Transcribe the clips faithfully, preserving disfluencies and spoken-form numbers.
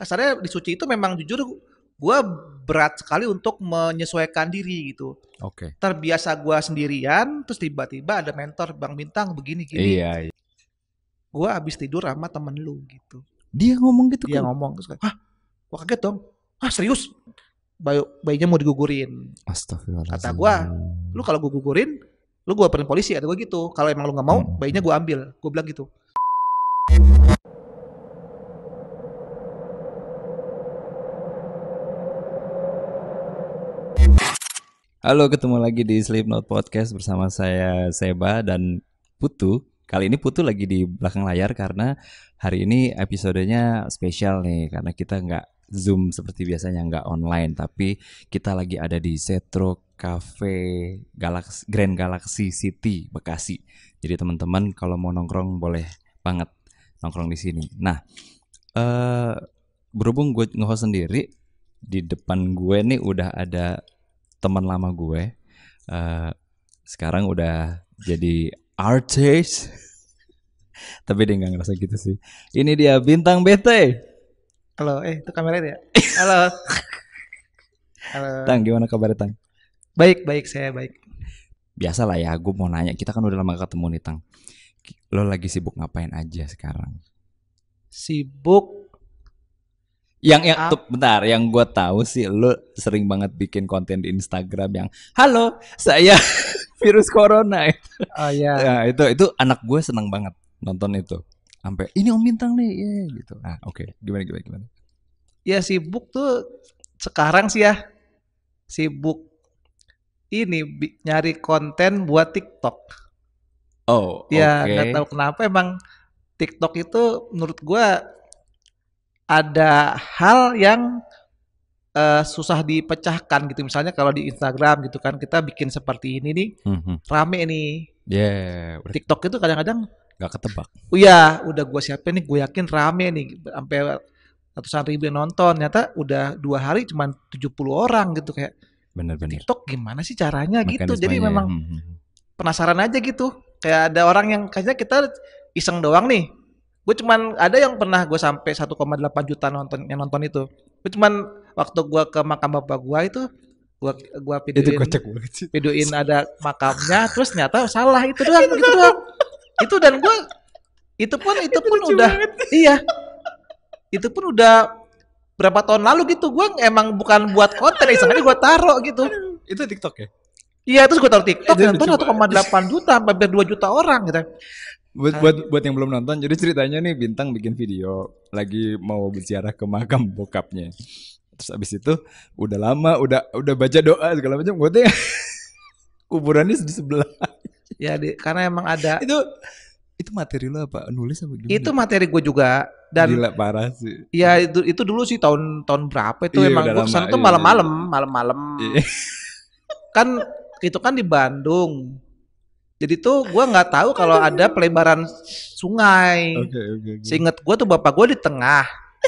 kasarnya di Suci itu memang jujur gue berat sekali untuk menyesuaikan diri gitu. Oke. Terbiasa gue sendirian, terus tiba-tiba ada mentor Bang Bintang begini-gini. Iya, iya. Gue abis tidur sama temen lu gitu. Dia ngomong gitu Dia kan? ngomong terus kayak, hah, gue kaget dong. Hah serius? Bayi, bayinya mau digugurin. Astagfirullahaladzim. Kata gue, lu kalau gue gugurin, lu gue laporin polisi. Kata gue gitu. Kalau emang lu nggak mau, Hmm. bayinya gue ambil. Gue bilang gitu. Halo, ketemu lagi di Sleep Note Podcast bersama saya Seba dan Putu. Kali ini Putu lagi di belakang layar karena hari ini episodenya spesial nih. Karena kita nggak Zoom seperti biasanya, nggak online. Tapi kita lagi ada di Setro Cafe Galaxy, Grand Galaxy City, Bekasi. Jadi teman-teman kalau mau nongkrong boleh banget nongkrong di sini. Nah, eh, berhubung gue nge-host sendiri, di depan gue nih udah ada teman lama gue, uh, sekarang udah jadi artis, tapi dia nggak ngerasa gitu sih. Ini dia Bintang B T. Halo, eh itu kameranya ya? Halo. Halo. Tang, gimana kabar Tang? Baik, baik saya baik. Biasa lah ya, gue mau nanya, kita kan udah lama ketemu nih Tang. Lo lagi sibuk ngapain aja sekarang? Sibuk. Yang yang tuh, bentar, yang gue tahu sih lo sering banget bikin konten di Instagram yang halo saya virus corona. Oh iya. Ya, itu itu anak gue seneng banget nonton itu. Sampai ini Om Bintang nih, yeah, gitu. Nah, oke, okay. gimana gimana gimana? Ya sibuk tuh sekarang sih ya. Sibuk ini bi- nyari konten buat TikTok. Oh, Ya oke. nggak Okay. tahu kenapa emang TikTok itu menurut gue ada hal yang uh, susah dipecahkan gitu. Misalnya kalau di Instagram gitu kan kita bikin seperti ini nih, Mm-hmm. rame nih. Yeah, udah TikTok itu kadang-kadang, gak ketebak. oh ya udah gue siapin nih, gue yakin rame nih, sampai ratusan ribu yang nonton. Ternyata udah dua hari cuma tujuh puluh orang gitu kayak. Bener-bener. TikTok gimana sih caranya gitu. Mekanismenya, Jadi memang ya. hmm. penasaran aja gitu. Kayak ada orang yang kayaknya kita iseng doang nih. Gue cuman ada yang pernah gue sampai satu koma delapan juta nonton yang nonton itu. Gue cuman waktu gue ke makam bapak gue itu gue gue Itu videoin kocak banget sih. videoin ada makamnya, terus ternyata salah itu doang begitu doang. Itu dan gue itu pun itu pun udah iya. Itu pun udah berapa tahun lalu gitu. Gue emang bukan buat konten, iseng aja gue taruh gitu. Itu TikTok ya? Iya, terus gue taruh TikTok Itu nonton lucu satu koma delapan juta sampai dua juta orang gitu. Buat buat buat yang belum nonton, jadi ceritanya nih Bintang bikin video lagi mau berziarah ke makam bokapnya. Terus abis itu udah lama, udah udah baca doa segala macam, gue tuh kuburannya di sebelah. Ya, di, karena emang ada itu itu materi lo apa? Nulis apa gimana? itu materi gue juga dan gila parah sih. Ya itu itu dulu sih tahun tahun berapa itu Iya, emang udah gue lama, kesana tuh iya, malam-malam, iya. malam-malam. Iya. Kan itu kan di Bandung. Jadi tuh gue nggak tahu kalau ada pelebaran sungai. Oke, oke, oke. Seingat gue tuh bapak gue di tengah.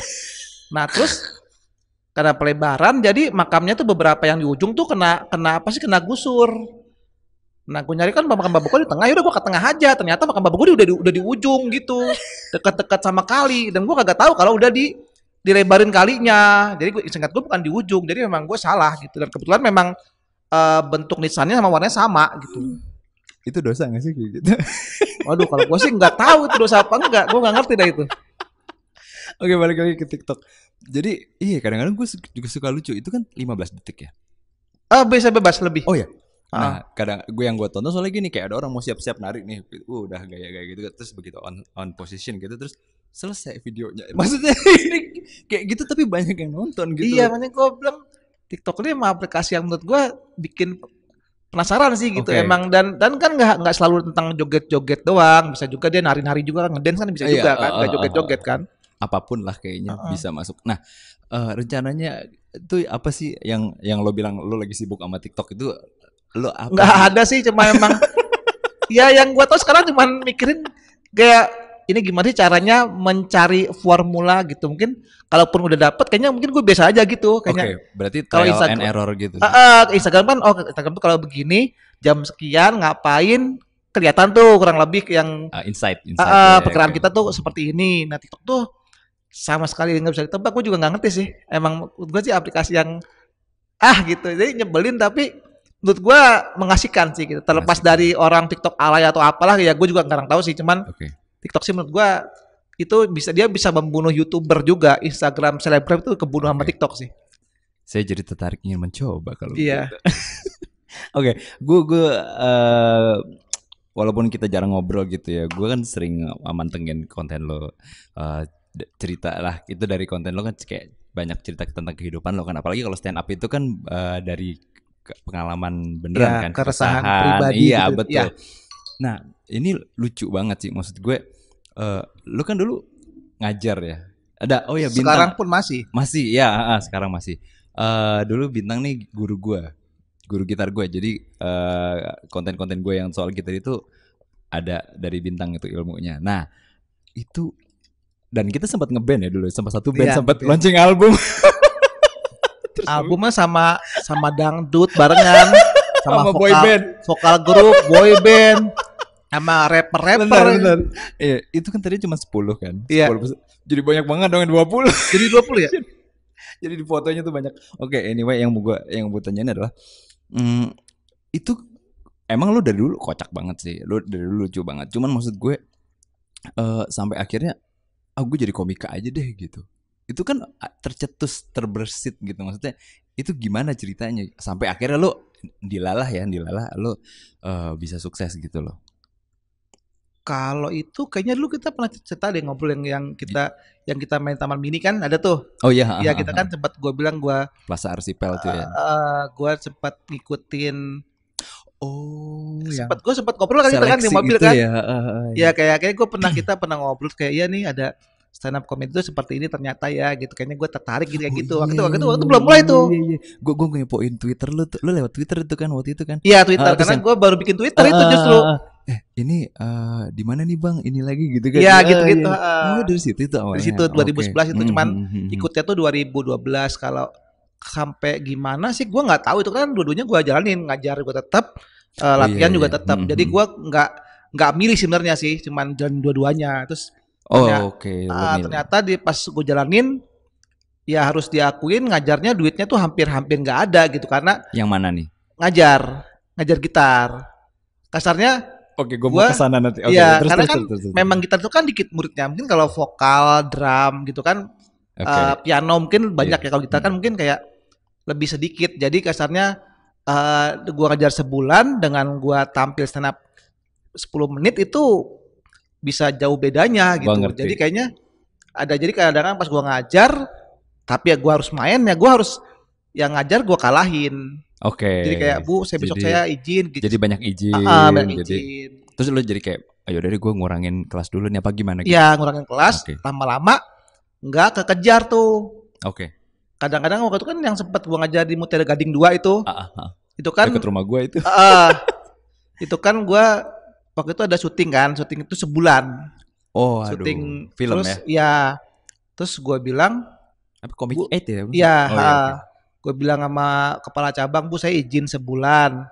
Nah terus karena pelebaran jadi makamnya tuh beberapa yang di ujung tuh kena kena apa sih kena gusur. Nah gue nyari kan makam bapak gue di tengah, yaudah gue ke tengah aja. Ternyata makam bapak gue udah di, udah di ujung gitu, dekat-dekat sama kali. Dan gue kagak tahu kalau udah di dilebarin kalinya. Jadi gue ingat gue bukan di ujung, jadi memang gue salah gitu. Dan kebetulan memang uh, bentuk nisannya sama warnanya sama gitu. Itu dosa gak sih kayak gitu? Waduh, kalau gue sih nggak tahu itu dosa apa enggak, gue nggak ngerti dah itu. Oke, balik lagi ke TikTok. Jadi iya kadang-kadang gue juga suka lucu. Itu kan lima belas detik ya? Ah, bisa bebas lebih. Oh ya. Ah. Nah, kadang gue yang gue tonton soalnya gini, kayak ada orang mau siap-siap narik nih, uh, udah gaya-gaya gitu, terus begitu on on position gitu, terus selesai videonya. Maksudnya ini kayak gitu tapi banyak yang nonton gitu. Iya, makanya gue bilang TikTok ini emang aplikasi yang menurut gue bikin penasaran sih gitu. Okay. Emang dan dan kan nggak nggak selalu tentang joget-joget doang, bisa juga dia nari-nari juga kan, ngedance kan bisa Iya, juga kan, uh, nggak uh, joget-joget uh, kan. Apapun lah kayaknya Uh-uh. bisa masuk. Nah, uh, rencananya itu apa sih yang yang lo bilang lo lagi sibuk sama TikTok itu? Lo apa? Nggak ada sih, cuma emang ya yang gue tau sekarang cuma mikirin kayak ini gimana sih caranya mencari formula gitu. Mungkin kalaupun udah dapet kayaknya mungkin gue biasa aja gitu kayaknya. Oke, okay, berarti Kalau trial Instagram, and error gitu. Uh, uh, Instagram kan oh Instagram tuh kalau begini jam sekian ngapain kelihatan tuh kurang lebih yang uh, insight, insight uh, uh, ya, perkiraan okay. kita tuh seperti ini. Nah TikTok tuh sama sekali nggak bisa ditebak. Gue juga nggak ngerti sih. Emang gue sih aplikasi yang ah gitu. Jadi nyebelin tapi menurut gue mengasihkan sih gitu. Terlepas Mengasihkan. dari orang TikTok alay atau apalah ya gue juga nggak tahu sih. Cuman Oke. TikTok sih menurut gue itu bisa dia bisa membunuh YouTuber juga. Instagram selebgram itu kebunuh sama Oke. TikTok sih. Saya jadi tertarik ingin mencoba kalau Iya. gitu. Oke, gue gue eh, walaupun kita jarang ngobrol gitu ya, gue kan sering mantengin konten lo, eh, d- cerita lah itu dari konten lo kan kayak banyak cerita tentang kehidupan lo kan, apalagi kalau stand up itu kan eh, dari ke- pengalaman beneran Ya, kan, keresahan keresahan, pribadi iya gitu. betul. Ya. Nah ini lucu banget sih, maksud gue, eh, lo kan dulu ngajar ya, ada oh ya Sekarang bintang pun masih. masih ya, ah, ah, sekarang masih. Eh, dulu bintang nih guru gue, guru gitar gue. Jadi eh, konten-konten gue yang soal gitar itu ada dari bintang itu ilmunya. Nah itu dan kita sempat ngeband ya dulu, sempat satu band Iya, sempat ngeband. launching album. Terus Albumnya sama sama dangdut barengan, sama, Sama boy vokal band. vokal grup, boy band, sama rapper-rapper. Benar, benar. Iya, itu kan tadi cuma sepuluh kan. Iya. sepuluh persen. Jadi banyak banget dong yang dua puluh. Jadi dua puluh ya? Jadi di fotonya tuh banyak. Oke, anyway yang mau gua yang mau tanyain adalah hmm, itu emang lu dari dulu kocak banget sih. Lu dari dulu lucu banget. Cuman maksud gue eh, sampai akhirnya ah gue jadi komika aja deh gitu. Itu kan ah, tercetus terbersit gitu, maksudnya itu gimana ceritanya sampai akhirnya lu dilalah ya dilalah lu eh, bisa sukses gitu loh. Kalau itu kayaknya dulu kita pernah cerita deh ngobrol yang, yang kita yang kita main taman mini kan ada tuh. Oh iya, Ya kita kan sempat gue bilang gue Plaza Arsipel tuh ya. uh, gue sempat ngikutin Oh, yang sempat gue sempat ngobrol kan kita kan di seleksi mobil itu kan. ya. ah, ah, ah, Ya ya. kayak kayak gue pernah kita pernah ngobrol kayak iya nih ada stand up comedy itu seperti ini ternyata ya gitu kayaknya gue tertarik gitu kayak gitu. Waktu itu waktu itu waktu itu belum mulai tuh. Iya, iya. Gue gue ngepoin Twitter lu tuh. Lu lewat Twitter itu kan waktu itu kan. Iya Twitter Ah, terus karena yang- gue baru bikin Twitter itu Ah, justru. ah, ah. Eh, ini eh, di mana nih Bang? Ini lagi gitu kan. Iya Ah, gitu-gitu. iya. ah. Oh, dari situ itu awalnya. Dari situ dua ribu sebelas itu Oke. cuman Hmm, hmm, hmm. ikutnya tuh dua ribu dua belas kalau sampai gimana sih gue nggak tahu itu kan dua-duanya gue jalanin ngajar gue tetap uh, Oh, latihan iya, juga iya. tetap Hmm, jadi hmm. gue nggak nggak milih sebenarnya sih cuman jalan dua-duanya terus Oh, ternyata, oke. Lu uh, milih. ternyata di pas gue jalanin ya harus diakuin ngajarnya duitnya tuh hampir-hampir nggak ada gitu karena Yang mana nih? ngajar ngajar gitar kasarnya Oke, gue Gua- mau kesana nanti. Oke, iya, terus, karena terus, kan terus, terus, terus. memang gitar itu kan dikit muridnya mungkin kalau vokal drum gitu kan Oke. uh, piano mungkin banyak Iya. ya kalau gitar kan mungkin kayak lebih sedikit jadi kasarnya uh, gua ngajar sebulan dengan gua tampil stand up sepuluh menit itu bisa jauh bedanya gitu Gua ngerti. jadi kayaknya ada jadi kadang-kadang pas gua ngajar tapi ya gua harus main ya gua harus yang ngajar gua kalahin Oke. jadi kayak bu saya besok Jadi- saya izin gitu Jadi banyak izin. Ah, ah, banyak jadi izin terus lu jadi kayak ayo dari gue ngurangin kelas dulu nih apa gimana gitu. ya ngurangin kelas Oke. lama-lama nggak kekejar tuh Oke. kadang-kadang waktu itu kan yang sempat gua ngajar di Mutiara Gading dua itu Ah, ah, ah. itu kan Dekat rumah gue itu. eh, itu kan gua waktu itu ada syuting kan syuting itu sebulan Oh, aduh. syuting Film terus ya. ya terus gua bilang Apa komik Bu- eight ya? ya Oh, iya, oke. gue bilang sama kepala cabang bu saya izin sebulan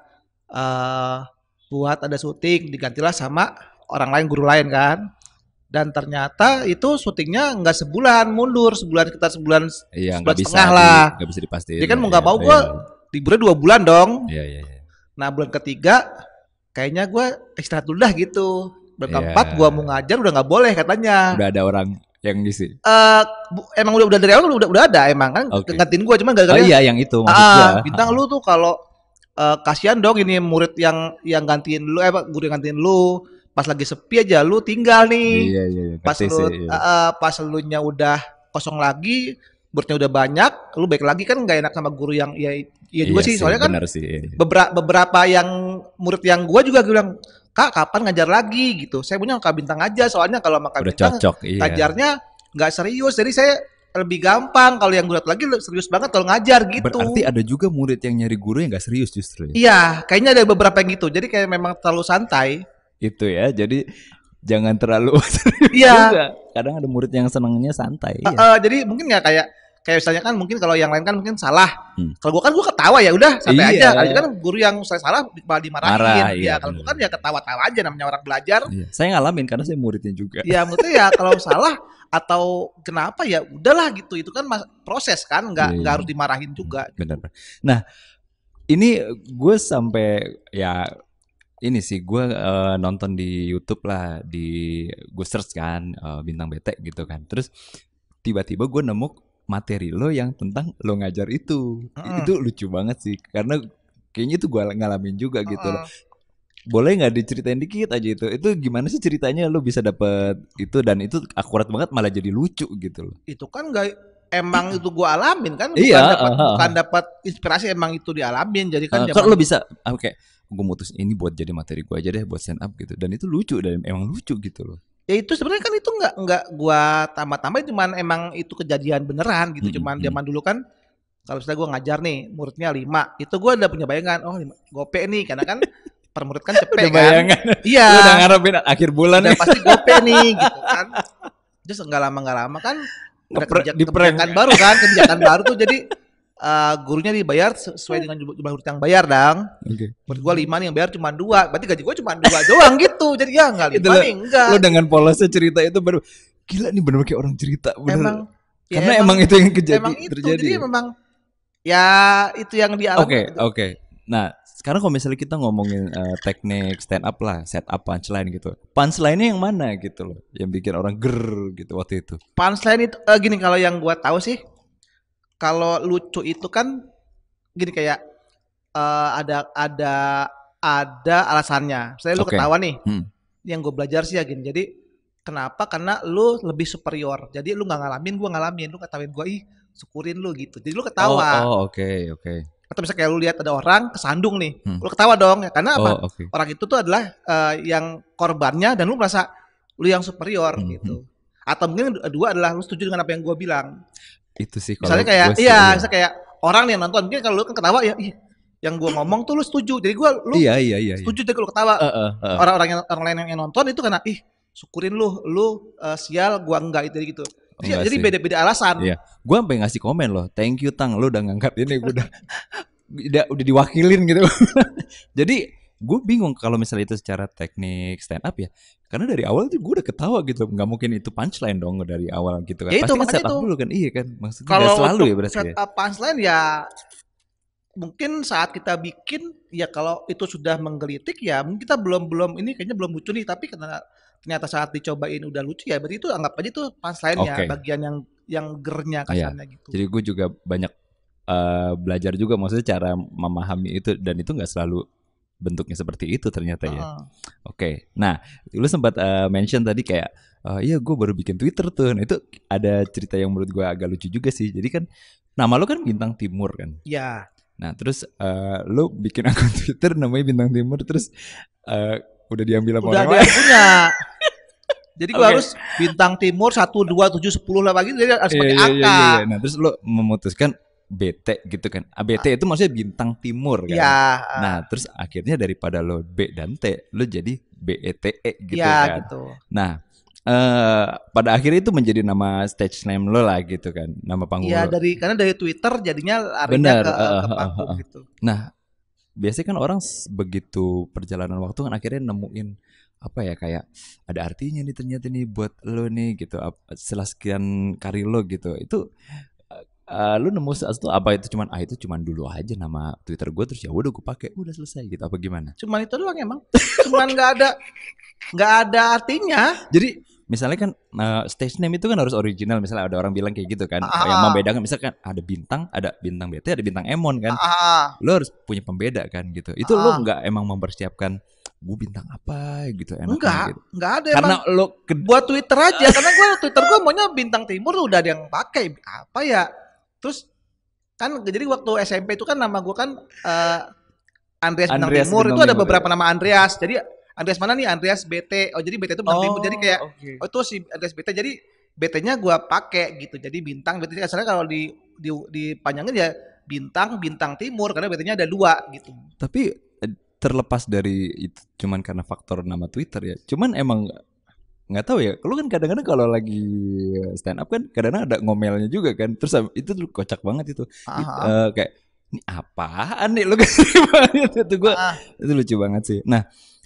eh buat ada syuting digantilah sama orang lain guru lain kan dan ternyata itu syutingnya nggak sebulan mundur sebulan sekitar sebulan Iya, sebulan nggak bisa setengah di- lah. nggak bisa dipastiin. Jadi kan lah, mau nggak iya, mau gua iya, liburnya dua bulan dong Iya, iya, iya. nah bulan ketiga kayaknya gue istirahat dulu dah gitu bulan Iya. keempat gue mau ngajar udah nggak boleh katanya Udah ada orang yang ngisi. Eh, bu- emang udah udah dari awal udah udah ada emang kan Oke. gantiin gue cuman Oh gara-gara iya, yang itu maksud ah gua. bintang lu tuh kalau eh, kasihan dong ini murid yang yang gantiin lu eh apa, guru yang gantiin lu pas lagi sepi aja lu tinggal nih Iya, iya, iya. pas ngerti lu sih, iya. eh, eh, pas lu nya udah kosong lagi muridnya udah banyak lu baik lagi kan nggak enak sama guru yang ya iya juga sih soalnya kan benar sih. Iya, iya. beberapa beberapa yang murid yang gua juga bilang kak kapan ngajar lagi gitu saya punya kak bintang aja soalnya kalau sama kak Udah bintang cocok, iya. ngajarnya nggak serius jadi saya lebih gampang kalau yang gulat lagi serius banget kalau ngajar gitu Berarti ada juga murid yang nyari guru yang nggak serius justru ya. iya kayaknya ada beberapa yang gitu jadi kayak memang terlalu santai Itu ya. Jadi jangan terlalu serius iya juga. Kadang ada murid yang senangnya santai. Eh, Iya. eh, jadi mungkin ya kayak kayak misalnya kan mungkin kalau yang lain kan mungkin salah. Hmm. Kalau gua kan gua ketawa ya udah santai Iya. aja. Kalau kan guru yang saya salah malah dimarahin. Marah, ya iya, kalau gua benar. kan ya ketawa-tawa aja namanya orang belajar. Iya. Saya ngalamin karena saya muridnya juga. Ya menurutnya ya kalau salah atau kenapa ya udahlah gitu. Itu kan mas- proses kan, nggak Iya, nggak iya. harus dimarahin juga. Benar. Nah, ini gue sampai ya ini sih gue eh, nonton di YouTube lah, di gue search kan eh, bintang bete gitu kan. Terus tiba-tiba gue nemu materi lo yang tentang lo ngajar itu. Mm-mm. Itu lucu banget sih karena kayaknya itu gue ngalamin juga gitu loh. Heeh. Boleh nggak diceritain dikit aja itu? Itu gimana sih ceritanya lo bisa dapet itu dan itu akurat banget malah jadi lucu gitu loh. Itu kan nggak emang itu gua alamin kan, bukan Iya, dapat aha, bukan aha. dapat inspirasi, emang itu dialamin. Jadi kan Eh, zaman kalau lo bisa oke gue mutus ini buat jadi materi gue aja deh buat stand up gitu dan itu lucu dan emang lucu gitu loh. ya itu sebenarnya kan itu nggak nggak gua tambah-tambah, cuman emang itu kejadian beneran gitu. Mm, Cuman mm. zaman dulu kan kalau misalnya gua ngajar nih muridnya lima, itu gua udah punya bayangan, oh lima, gope nih karena kan per murid kan cepet Udah kan. bayangan. Iya. Lu udah ngarepin akhir bulan Udah nih. pasti gope nih gitu kan. Terus nggak lama nggak lama kan ada Ngeprank- kebijakan, di-prank. kebijakan baru kan, kebijakan baru tuh jadi eh, gurunya dibayar sesuai dengan jumlah jumlah murid yang bayar dang. Oke. Murid gua lima nih yang bayar cuma dua, berarti gaji gua cuma dua doang gitu. Jadi ya nggak Itu lima lo- nih enggak. Lo dengan polosnya cerita itu baru gila nih bener kayak orang cerita bener. Emang ya Karena emang, itu yang kejadi emang itu terjadi. jadi ya? memang ya itu yang dialami. Oke, oke. Nah, sekarang kalau misalnya kita ngomongin eh, teknik stand up lah, setup punchline gitu. Punchline-nya yang mana gitu loh, yang bikin orang ger gitu waktu itu. Punchline itu eh, gini, kalau yang gua tahu sih, kalau lucu itu kan gini kayak eh, ada ada ada alasannya. Saya lu Oke. ketawa nih, Hmm. yang gue belajar sih ya gini. Jadi kenapa? Karena lu lebih superior. Jadi lu nggak ngalamin, gua ngalamin. Lu ketawain gua, ih syukurin lu gitu. Jadi lu Oh, ketawa. oh, oke, oke. Atau bisa kayak lu lihat ada orang kesandung nih, Hmm. lu ketawa dong ya. Karena apa? Oh, oke. Orang itu tuh adalah eh, yang korbannya dan lu merasa lu yang superior Hmm, gitu. Atau mungkin dua adalah lu setuju dengan apa yang gua bilang. Itu sih kalau Misalnya kayak gua sih, iya, misalnya kayak orang nih yang nonton, mungkin kalau lu kan ketawa ya, ih, yang gua ngomong tuh lu setuju. Jadi gua lu Iya, iya, iya. iya. setuju deh kalau ketawa. Eh, eh, eh. Orang-orang yang orang lain yang nonton itu karena ih, syukurin lu, lu eh, sial, gua enggak itu gitu. Jadi, Enggak jadi sih. beda-beda alasan. Iya, gue sampai ngasih komen loh, thank you Tang, lu udah ngangkat ini, gue udah, udah udah diwakilin gitu. Jadi gue bingung kalau misalnya itu secara teknik stand up ya, karena dari awal tuh gue udah ketawa gitu, nggak mungkin itu punchline dong dari awal gitu kan. Ya itu, Pasti kan makanya setup itu. dulu kan, iya kan, maksudnya Kalau nggak selalu untuk ya berarti ya. setup punchline ya mungkin saat kita bikin ya kalau itu sudah menggelitik ya mungkin kita belum belum ini kayaknya belum lucu nih, tapi karena ternyata saat dicobain udah lucu ya berarti itu anggap aja itu punchline-nya, Oke. bagian yang yang gernya Iya. kasarnya gitu. Jadi gue juga banyak eh, belajar juga, maksudnya cara memahami itu dan itu nggak selalu bentuknya seperti itu ternyata ya. Heeh. Oke, nah lu sempat eh, mention tadi kayak, eh, iya gue baru bikin Twitter tuh. Nah itu ada cerita yang menurut gue agak lucu juga sih. Jadi kan nama lu kan Bintang Timur kan. Ya, Nah terus eh, lu bikin akun Twitter namanya Bintang Timur, terus eh, udah diambil sama udah orang ada lain. yang punya. Jadi gua Oke. harus bintang timur satu dua tujuh sepuluh lah begitu, jadi harus Iya, pakai iya, angka. iya, iya. Nah terus lu memutuskan B T gitu kan. Ah, B T itu maksudnya Bintang Timur kan. Ya, Nah terus akhirnya daripada lo B dan T, lo jadi B E T E gitu ya kan. gitu. Nah, eh pada akhirnya itu menjadi nama stage name lo lah gitu kan, nama panggung Iya lo. dari karena dari Twitter jadinya larinya Benar, ke, eh, ke eh, eh, panggung eh. gitu. Nah, biasanya kan orang s- begitu perjalanan waktu kan akhirnya nemuin apa ya, kayak ada artinya nih ternyata nih buat lo nih gitu. ap- Setelah sekian karir lo gitu, itu eh, lo nemu sesuatu apa itu cuman ah itu cuman dulu aja nama Twitter gue terus ya udah gue pakai udah selesai gitu apa gimana? Cuman itu doang emang. Cuman nggak ada nggak ada artinya. Jadi misalnya kan eh, stage name itu kan harus original. Misalnya ada orang bilang kayak gitu kan, Ah, yang ah. membedakan misalkan ada bintang, ada bintang B T, ada bintang Emon kan. Ah, Lo harus punya pembeda kan gitu. Itu Ah. lo nggak emang mempersiapkan gue bintang apa gitu enaknya enggak, gitu. enggak ada Karena emang. lo ke, Buat Twitter aja karena gue Twitter gue maunya bintang timur udah ada yang pakai apa ya. Terus kan jadi waktu S M P itu kan nama gue kan eh, Andreas Bintang Andreas Timur, Bintang itu ada Timur, beberapa ya. nama Andreas. Jadi Andreas mana nih? Andreas B T. Oh jadi B T itu Bintang Timur. Jadi kayak oke. oh itu si Andreas B T. Jadi B T-nya gue pakai gitu. Jadi bintang B T asalnya kalau di di dipanjangin ya bintang bintang timur karena B T-nya ada dua gitu. Tapi eh, terlepas dari itu cuman karena faktor nama Twitter ya. Cuman emang nggak tahu ya. Lu kan kadang-kadang kalau lagi stand up kan kadang-kadang ada ngomelnya juga kan. Terus itu tuh kocak banget itu. It, Ah, uh, kayak ini apaan nih lu banget itu gue ah, itu lucu banget sih. Nah,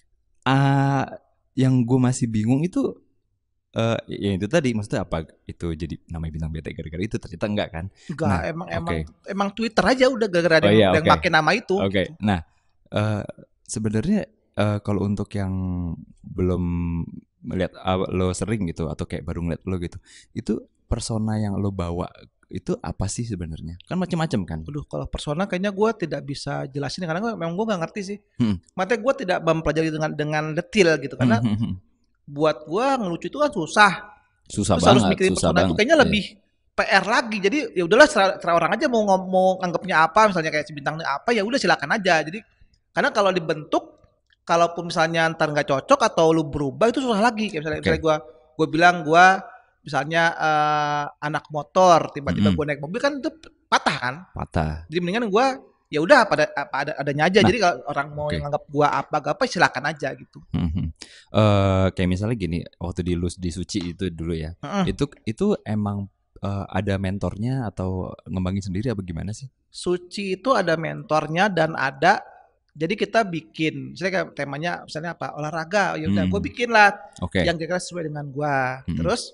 uh, yang gue masih bingung itu uh, ya itu tadi maksudnya apa itu jadi namanya bintang bete gara-gara itu ternyata enggak kan? enggak, Nah, emang oke. emang emang Twitter aja udah gara-gara ada Oh yang, iya, ada yang oke. make nama itu. Oke. Gitu. Nah, uh, sebenarnya uh, kalau untuk yang belum melihat uh, lo sering gitu atau kayak baru ngeliat lo gitu, itu persona yang lo bawa itu apa sih sebenarnya? Kan macam-macam kan? Aduh, kalau persona kayaknya gue tidak bisa jelasin karena gua, memang gue nggak ngerti sih. Hmm. Makanya gue tidak mempelajari dengan dengan detail gitu Hmm, karena hmm, hmm. buat gue ngelucu itu kan susah. Susah Terus harus banget, mikirin susah persona itu banget. kayaknya Iya. lebih P R lagi. Jadi ya udahlah serah, serah orang aja mau ngom- mau anggapnya apa, misalnya kayak si bintangnya apa ya udah silakan aja. Jadi karena kalau dibentuk, kalaupun misalnya ntar nggak cocok atau lu berubah itu susah lagi. Kayak misalnya, Oke. misalnya gue gue bilang gue misalnya eh, anak motor, tiba-tiba Mm-mm. gue naik mobil kan itu patah kan. Patah. Jadi mendingan gue ya udah pada apa ada adanya aja. Nah, Jadi kalau orang mau oke. yang anggap gue apa gak apa silakan aja gitu. Mhm. Eh, kayak misalnya gini, waktu di Lus di Suci itu dulu ya. Heeh. Itu itu emang eh, ada mentornya atau ngembangin sendiri apa gimana sih? Suci itu ada mentornya dan ada jadi kita bikin misalnya kayak temanya misalnya apa olahraga ya udah gue Hmm. bikin lah Oke. yang kira-kira sesuai dengan gue Mm-mm. terus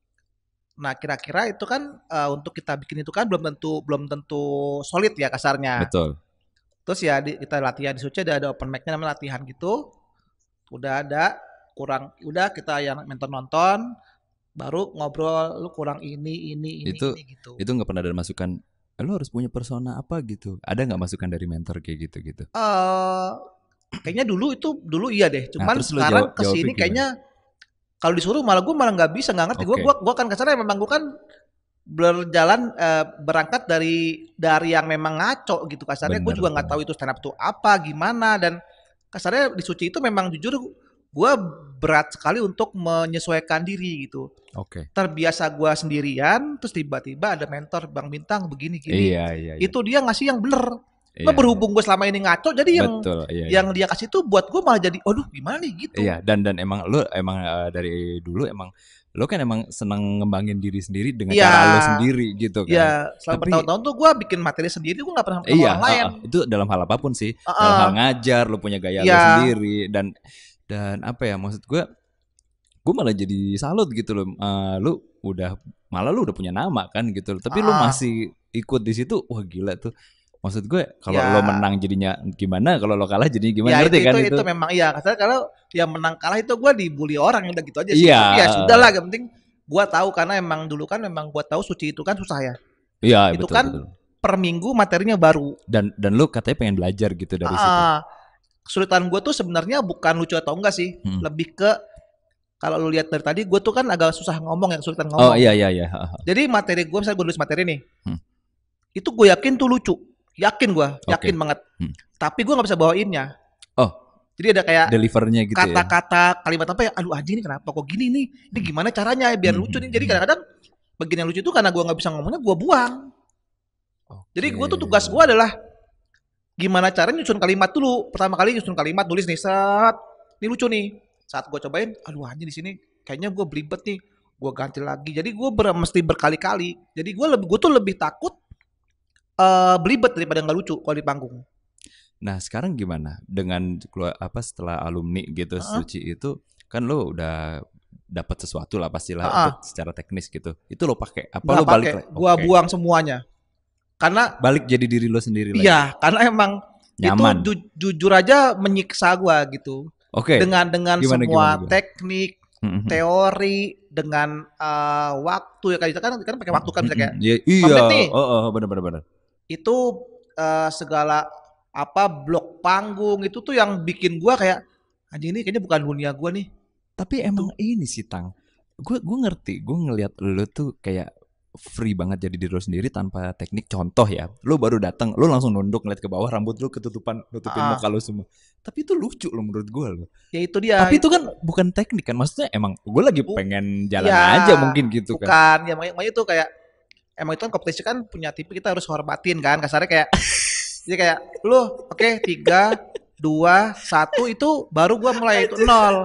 nah kira-kira itu kan eh, untuk kita bikin itu kan belum tentu belum tentu solid ya kasarnya Betul. terus ya di- kita latihan di Suci ada ada open mic-nya namanya latihan gitu udah ada kurang udah kita yang mentor nonton baru ngobrol lu kurang ini ini ini Itu ini gitu. itu nggak pernah ada masukan. "Eh, lo harus punya persona apa gitu. Ada nggak masukan dari mentor kayak gitu gitu? eh kayaknya dulu itu dulu iya deh Nah, cuman terus lo jawab sekarang jawabnya kesini gimana? kayaknya kalau disuruh malah gue malah nggak bisa nggak ngerti gue Oke. gua gua kan kasarnya memang gue kan berjalan eh, berangkat dari dari yang memang ngaco gitu kasarnya gue Bener, juga nggak bener. tahu itu stand up itu apa gimana dan kasarnya di Suci itu memang jujur gue berat sekali untuk menyesuaikan diri gitu Oke. terbiasa gue sendirian terus tiba-tiba ada mentor Bang Bintang begini gini Iya, iya, iya. itu dia ngasih yang bener Iya, nah, berhubung gue selama ini ngaco jadi yang betul. Iya, iya. yang dia kasih tuh buat gue malah jadi aduh gimana nih gitu. Iya, dan dan emang lu emang eh, dari dulu emang lu kan emang seneng ngembangin diri sendiri dengan Iya, cara lu sendiri gitu kan. iya selama Tapi bertahun-tahun tuh gue bikin materi sendiri gue nggak pernah sama iya, orang lain. uh, uh, itu dalam hal apapun sih, Uh, dalam hal uh, ngajar, lu punya gaya lu iya, sendiri dan dan apa ya maksud gue, gue malah jadi salut gitu loh. Eh, lu udah malah lu udah punya nama kan gitu loh. Tapi lu uh, masih ikut di situ, wah gila tuh. Maksud gue kalau ya, lo menang jadinya gimana, kalau lo kalah jadinya gimana ya ngerti itu kan itu itu? itu memang iya. Karena kalau yang menang kalah itu gue dibully orang udah gitu aja sih. Iya, Tapi ya sudah uh, lah, yang penting gue tahu karena emang dulu kan memang gue tahu Suci itu kan susah ya. iya Itu betul kan betul. per minggu materinya baru. Dan dan lu katanya pengen belajar gitu dari situ. Uh, kesulitan gue tuh sebenarnya bukan lucu atau enggak sih, Hmm. lebih ke kalau lu lihat dari tadi gue tuh kan agak susah ngomong ya kesulitan Oh ngomong. iya iya iya. Jadi materi gue misalnya gue nulis materi nih, Hmm. itu gue yakin tuh lucu, yakin gue, yakin Oke. banget. Hmm. Tapi gue nggak bisa bawainnya. Oh, Jadi ada kayak delivernya gitu ya. kata-kata kalimat apa ya, aduh anjing ini kenapa kok gini nih, ini gimana caranya biar Hmm, lucu hmm, nih. Jadi hmm. kadang-kadang bagian yang lucu itu karena gue nggak bisa ngomongnya gue buang. Jadi gue tuh Oke. tugas gue adalah gimana caranya nyusun kalimat dulu. Pertama kali nyusun kalimat nulis nih, set, ini lucu nih. Saat gue cobain, aduh anjing di sini kayaknya gue belibet nih, gue ganti lagi. Jadi gue ber, mesti berkali-kali. Jadi gue lebih gue tuh lebih takut eh belibet daripada nggak lucu kalau di panggung. Nah, sekarang gimana dengan keluar apa setelah alumni gitu Heeh. Suci itu kan lo udah dapat sesuatu lah pastilah Heeh. untuk secara teknis gitu. Itu lo pakai apa Nggak lo balik pakai, lagi? gue Oke. buang semuanya. Karena Balik jadi diri lo sendiri lagi. iya, karena emang Nyaman. itu ju- jujur aja menyiksa gue gitu. Oke. Dengan dengan Gimana, semua gimana, gimana? teknik, Mhm. teori, dengan eh, waktu ya kayak kita kan kan pakai waktu kan bisa kayak Mhm. Iya, lima iya. menit nih. Oh, oh, benar benar benar. Itu eh, segala apa blok panggung itu tuh yang bikin gua kayak anjing ini kayaknya bukan dunia gua nih. Tapi emang ini sih Tang, gue gue ngerti, gue ngelihat lo tuh kayak free banget jadi diri lo sendiri tanpa teknik. Contoh ya, lo baru datang, lo langsung nunduk ngeliat ke bawah, rambut lo ketutupan, nutupin Ah, muka lo semua. Tapi itu lucu lo menurut gue lo. ya itu dia. Tapi itu kan bukan teknik kan, maksudnya emang gue lagi Bu- pengen jalan ya, aja mungkin gitu kan. bukan ya makanya makanya itu kayak emang itu kan kompetisi kan punya tipe kita harus hormatin kan kasarnya kayak jadi kayak lu oke tiga dua satu itu baru gua mulai itu nol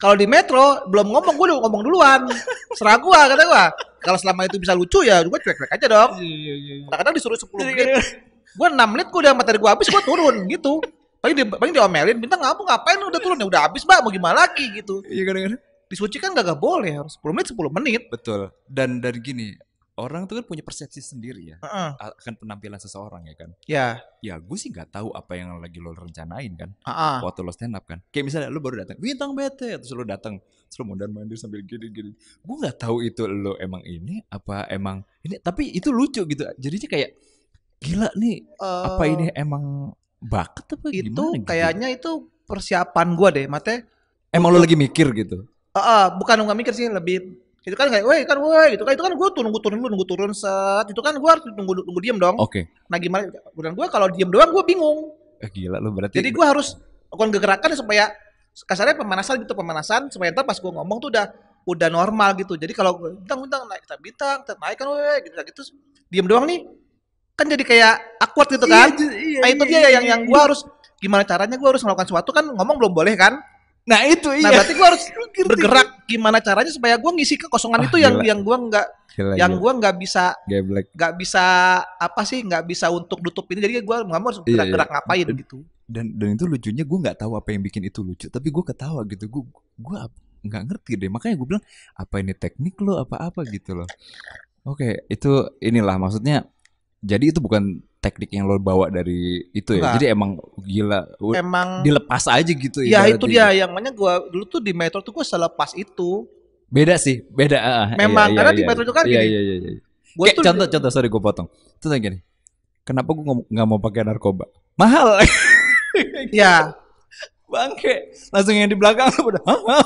Kalau di Metro belum ngomong gue udah ngomong duluan. Serah gue kata gue. Kalau selama itu bisa lucu ya gue cuek-cuek aja dong. Kadang-kadang disuruh sepuluh menit. Gue enam menit gue udah materi gue habis gue turun gitu. Paling di, paling diomelin, bintang ngapa ngapain udah turun ya udah habis mbak mau gimana lagi gitu. Iya kadang-kadang. Disuci kan gak, gak boleh harus sepuluh menit sepuluh menit. Betul. Dan dari gini, orang tuh kan punya persepsi sendiri ya uh-uh. akan penampilan seseorang ya kan. Ya. Ya gue sih nggak tahu apa yang lagi lo rencanain kan. Uh-uh. Waktu lo stand up kan. Kayak misalnya lo baru datang, bintang bete, terus lo datang, terus lo mondar mandir sambil gini-gini. Gue nggak tahu itu lo emang ini apa emang ini. Tapi itu lucu gitu. Jadinya kayak gila nih. Uh, apa ini emang bakat apa itu gimana? Itu kayaknya gitu? Itu persiapan gue deh, Mate. Emang lo lagi mikir gitu? Uh, uh, bukan nggak mikir sih, lebih itu kan kayak, weh kan weh gitu kan itu kan gue tuh nunggu turun dulu nunggu turun set itu kan gue harus nunggu nunggu diem dong. Oke. Okay. Nah gimana? Dan gue kalau diem doang gue bingung. Eh, gila lo berarti. Jadi gue harus lakukan gerakan supaya kasarnya pemanasan gitu pemanasan supaya ntar pas gue ngomong tuh udah udah normal gitu. Jadi kalau bintang bintang naik kita bintang kita naikkan weh gitu gitu diem doang nih kan jadi kayak awkward gitu kan. Iya, iya, nah itu dia iya, yang iya, yang gue harus gimana caranya gue harus melakukan sesuatu kan ngomong belum boleh kan. Nah itu iya. Nah berarti gue harus bergerak gimana caranya supaya gue ngisi kekosongan oh, itu yang gila. yang gue nggak yang gue nggak bisa nggak bisa apa sih nggak bisa untuk nutup ini jadi gue nggak harus gerak-gerak iya, iya. ngapain dan, gitu. Dan dan itu lucunya gue nggak tahu apa yang bikin itu lucu tapi gue ketawa gitu gue gue nggak ngerti deh makanya gue bilang apa ini teknik lo apa apa gitu loh. Oke itu inilah maksudnya jadi itu bukan teknik yang lo bawa dari itu ya. Enggak. Jadi emang gila. Emang dilepas aja gitu ya. Ya itu dia yang makanya gua dulu tuh di Metro tuh gua selepas itu. Beda sih, beda. Uh, Memang iya, karena iya, di Metro itu kan iya, gini. Iya iya iya. Gua Kayak tuh contoh contoh sorry gua potong. Itu kayak gini. Kenapa gua nggak mau pakai narkoba? Mahal. Ya. Bangke. Langsung yang di belakang udah.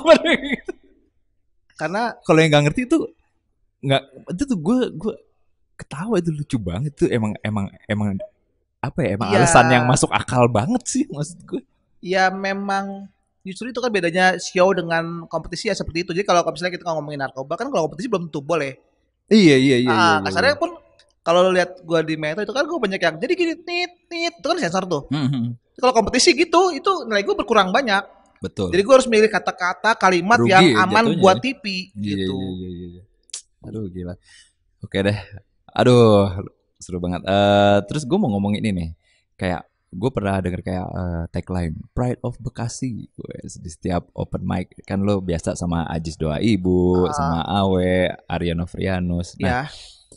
Karena kalau yang nggak ngerti itu nggak itu tuh gua gua ketawa itu lucu banget tuh emang emang emang apa ya emang ya, alasan yang masuk akal banget sih maksud gue. Ya memang justru itu kan bedanya show dengan kompetisi ya seperti itu. Jadi kalau misalnya kita ngomongin narkoba kan kalau kompetisi belum tentu boleh. Iya iya iya. Nah, iya, kasarnya iya. pun kalau lihat gue di Metro itu kan gue banyak yang jadi gini nit nit itu kan sensor tuh. Mm-hmm. Kalau kompetisi gitu itu nilai gue berkurang banyak. Betul. Jadi gue harus milih kata-kata kalimat Rugi, yang aman jatuhnya. Buat T V iya, gitu. Iya, iya, iya. Aduh gila. Oke deh. Aduh, seru banget. Uh, terus gue mau ngomongin ini nih, kayak gue pernah denger kayak uh, tagline Pride of Bekasi. Di setiap open mic kan lo biasa sama Ajis Doa Ibu, uh. sama Awe, Arya Novrianus. Nah, yeah.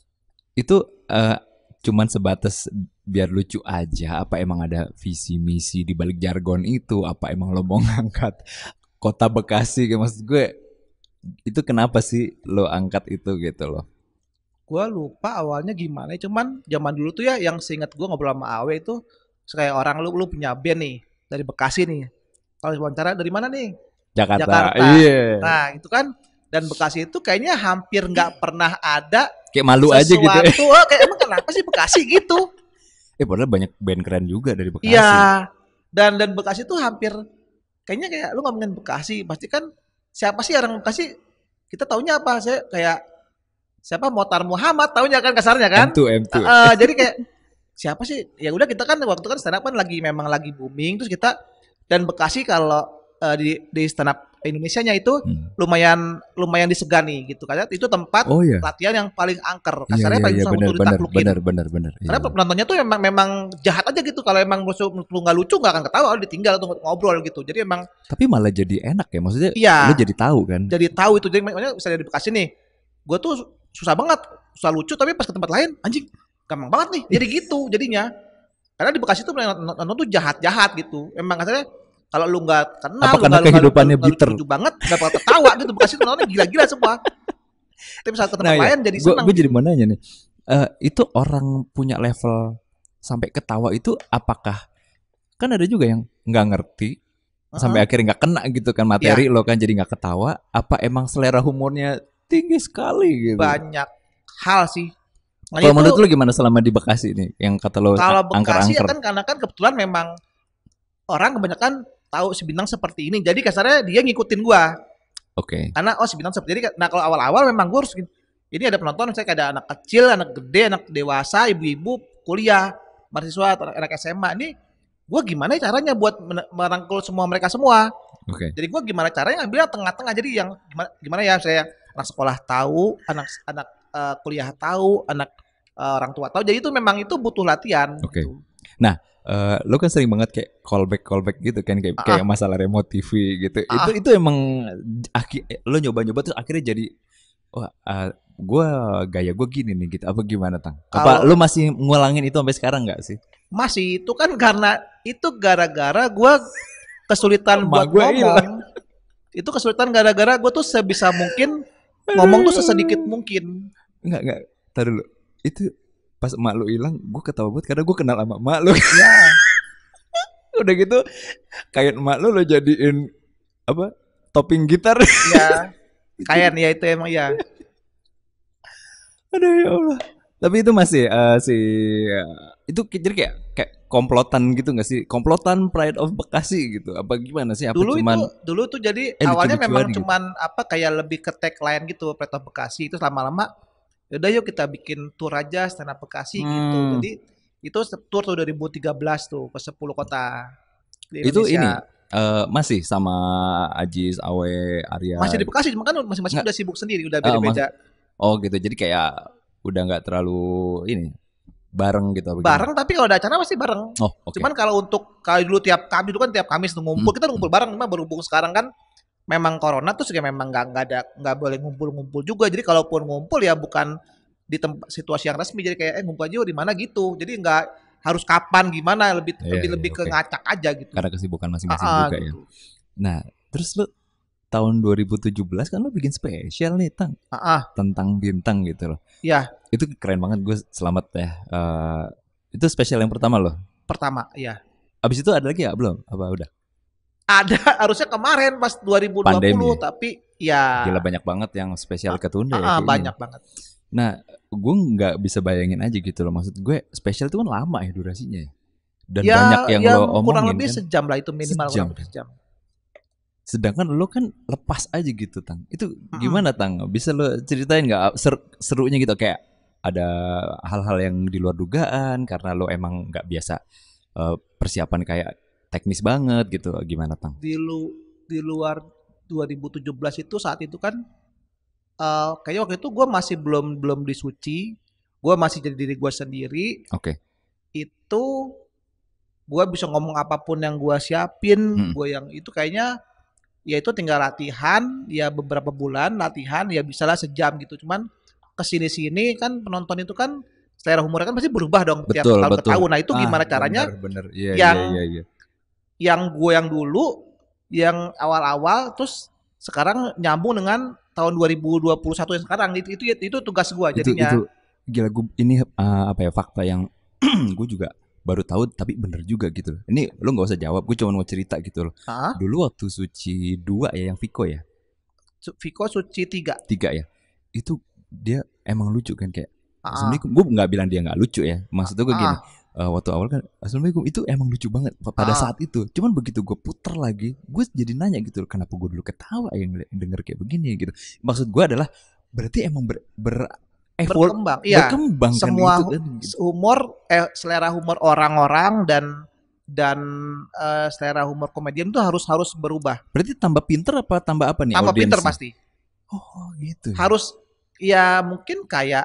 itu uh, cuman sebatas biar lucu aja. Apa emang ada visi misi di balik jargon itu? Apa emang lo mau ngangkat kota Bekasi? Kayak maksud gue, itu kenapa sih lo angkat itu gitu loh? Gue lupa awalnya gimana, cuman zaman dulu tuh ya yang seingat gue ngobrol sama Awe itu kayak orang lu lu punya band nih dari Bekasi nih. Kalau wawancara dari mana nih? Jakarta. Jakarta. Iya. Nah itu kan dan Bekasi itu kayaknya hampir nggak pernah ada kayak malu aja gitu. Oh, kayak emang kenapa sih Bekasi gitu? Eh padahal banyak band keren juga dari Bekasi. Iya. Dan dan Bekasi tuh hampir kayaknya kayak lu ngomongin Bekasi pasti kan siapa sih orang Bekasi? Kita taunya apa? Saya kayak siapa Motar Muhammad taunya kan kasarnya kan. M dua, M dua. Uh, jadi kayak siapa sih? Ya udah kita kan waktu kan stand up kan lagi memang lagi booming terus kita dan Bekasi kalau uh, di di stand up Indonesianya itu hmm. lumayan lumayan disegani gitu kan. Itu tempat oh, iya. latihan yang paling angker. Kasarnya iya, paling iya, susah bener, untuk ditaklukin. Benar benar benar. Karena iya. penontonnya tuh memang memang jahat aja gitu. Kalau emang lu nggak lucu nggak akan ketawa, lu ditinggal atau ngobrol gitu. Jadi emang. Tapi malah jadi enak ya maksudnya. Iya. Lu jadi tahu kan. Jadi tahu itu. Jadi makanya misalnya di Bekasi nih, gue tuh susah banget, susah lucu tapi pas ke tempat lain anjing gampang banget nih. Jadi gitu jadinya. Karena di Bekasi tuh nonton tuh jahat-jahat gitu. Emang katanya kalau lu nggak kenal, apa karena kehidupannya bitter lucu banget, nggak bakal ketawa gitu. Bekasi tuh nontonnya gila-gila semua. Tapi saat ke tempat nah, lain ya. jadi senang. Gue jadi mau nanya nih, uh, itu orang punya level sampai ketawa itu apakah kan ada juga yang nggak ngerti uh-huh. sampai akhirnya nggak kena gitu kan materi ya. Lo kan jadi nggak ketawa. Apa emang selera humornya tinggi sekali gitu? Banyak hal sih. Nah, kalau menurut lu gimana selama di Bekasi nih yang kata lo kalau Bekasi angker-angker? Ya kan karena kan kebetulan memang orang kebanyakan tahu si Bintang seperti ini. Jadi kasarnya dia ngikutin gua. Oke. Okay. Karena oh si Bintang seperti ini. Nah kalau awal-awal memang gua harus ini ada penonton misalnya ada anak kecil, anak gede, anak dewasa, ibu-ibu, kuliah, mahasiswa, anak S M A. Ini gue gimana caranya buat merangkul semua mereka semua. Oke. Jadi gue gimana caranya ngambil yang tengah-tengah, jadi yang gimana, gimana ya saya anak sekolah tahu, anak anak uh, kuliah tahu, anak uh, orang tua tahu. Jadi itu memang itu butuh latihan. Oke. Gitu. Nah, uh, lo kan sering banget kayak callback callback gitu kan kayak Ah, kayak ah. masalah remote T V gitu. Ah, Itu itu emang aki- lo nyoba-nyoba terus akhirnya jadi wah uh, gue gaya gue gini nih gitu. Apa gimana Tang? Apa Kalau lo masih ngulangin itu sampai sekarang nggak sih? masih itu kan karena itu gara-gara gue kesulitan Emak buat gue ngomong. Itu kesulitan gara-gara gue tuh sebisa mungkin ngomong tuh sesedikit mungkin. Enggak enggak. Tar dulu. Itu pas emak lo hilang, gue ketawa banget karena gue kenal sama emak lo. Ya, Udah gitu kayak emak lo lo jadiin apa? Topping gitar. ya. Kayak ya itu emang ya. Aduh ya Allah. Tapi itu masih uh, si uh, itu jadi kayak kayak komplotan gitu nggak sih? Komplotan Pride of Bekasi gitu. Apa gimana sih? Apa Dulu cuman itu dulu tuh jadi eh awalnya memang lucu-lucuan gitu? cuman apa kayak lebih ke tagline gitu, Pride of Bekasi. Itu lama-lama yaudah yuk kita bikin tour aja stand up Bekasi gitu. Hmm, Jadi itu tour tuh dua ribu tiga belas tuh ke sepuluh kota di itu ini Indonesia. uh, masih sama Ajis, Awe, Arya. Masih di Bekasi, cuma kan masing-masing Nggak, udah sibuk sendiri, udah uh, mas- beda-beda. oh gitu. Jadi kayak udah nggak terlalu ini bareng gitu apa gimana? Bareng tapi kalau ada acara pasti bareng. Oh oke. Cuman kalau untuk kalau dulu tiap kami dulu kan tiap Kamis tuh Hmm, ngumpul, kita ngumpul bareng. Cuma berhubung sekarang kan memang corona tuh juga memang nggak nggak ada nggak boleh ngumpul-ngumpul juga. Jadi kalaupun ngumpul ya bukan di tempat situasi yang resmi. Jadi kayak eh ngumpul aja di mana gitu. Jadi nggak harus kapan gimana, lebih iya lebih iya lebih ke oke. ngacak aja gitu. Karena kesibukan masing-masing Ah, ah, juga ya. gitu. Nah, terus lu tahun dua ribu tujuh belas kan lu bikin spesial nih Tang Ah, ah, tentang bintang gitu loh. ya Itu keren banget, gue selamat ya. Eh, itu spesial yang pertama loh. pertama ya. Abis itu ada lagi ya belum? Apa udah? Ada harusnya kemarin pas dua ribu dua Pandemi. puluh tapi ya Gila banyak banget yang spesial ketunda ya ah, ah, kayaknya. banyak banget. Nah, gue nggak bisa bayangin aja gitu loh. Maksud gue spesial itu kan lama ya durasinya ya. Dan Ya banyak yang yang lo kurang omongin lebih kan. sejam lah itu minimal Sejam. kurang lebih sejam. Sedangkan lo kan lepas aja gitu Tang. Itu Mm-mm. gimana Tang? Bisa lo ceritain nggak ser- serunya gitu kayak ada hal-hal yang di luar dugaan karena lo emang nggak biasa eh, persiapan kayak teknis banget gitu. Gimana Tang? Di lu di luar dua ribu tujuh belas itu saat itu kan eh kayaknya waktu itu gue masih belum belum disuci, gue masih jadi diri gue sendiri. Oke. Itu gue bisa ngomong apapun yang gue siapin, Mm. gue yang itu kayaknya ya itu tinggal latihan, ya beberapa bulan latihan ya bisalah sejam gitu. Cuman kesini sini kan penonton itu kan selera humornya kan pasti berubah dong tiap Betul, tahun ke betul. tahun. Nah itu Ah, gimana caranya bener, bener. Iya, yang iya, iya, iya. yang gue yang dulu yang awal-awal terus sekarang nyambung dengan tahun dua ribu dua puluh satu yang sekarang itu itu itu tugas gue Itu jadinya. itu gila gue ini uh, apa ya fakta yang gue juga baru tahu tapi bener juga gitu loh. Ini lo nggak usah jawab, gue cuma mau cerita gitu loh. Ah, Dulu waktu Suci dua ya yang Viko ya, Su- Viko Suci tiga. tiga ya. Itu dia emang lucu kan kayak Ah, Assalamualaikum. Gue nggak bilang dia nggak lucu ya. Maksudnya gue gini, ah, eh, waktu awal kan Assalamualaikum itu emang lucu banget pa- pada ah. saat itu. Cuman begitu gue puter lagi, gue jadi nanya gitu loh, kenapa gue dulu ketawa yang denger kayak begini gitu. Maksud gue adalah berarti emang ber, ber effort Berkembang. Iya, berkembang kan semua itu hu- kan gitu. humor eh selera humor orang-orang dan dan eh, selera humor komedian itu harus harus berubah. Berarti tambah pinter apa tambah apa nih Tambah pinter audiensnya? pasti. Oh gitu. Ya. Harus ya mungkin kayak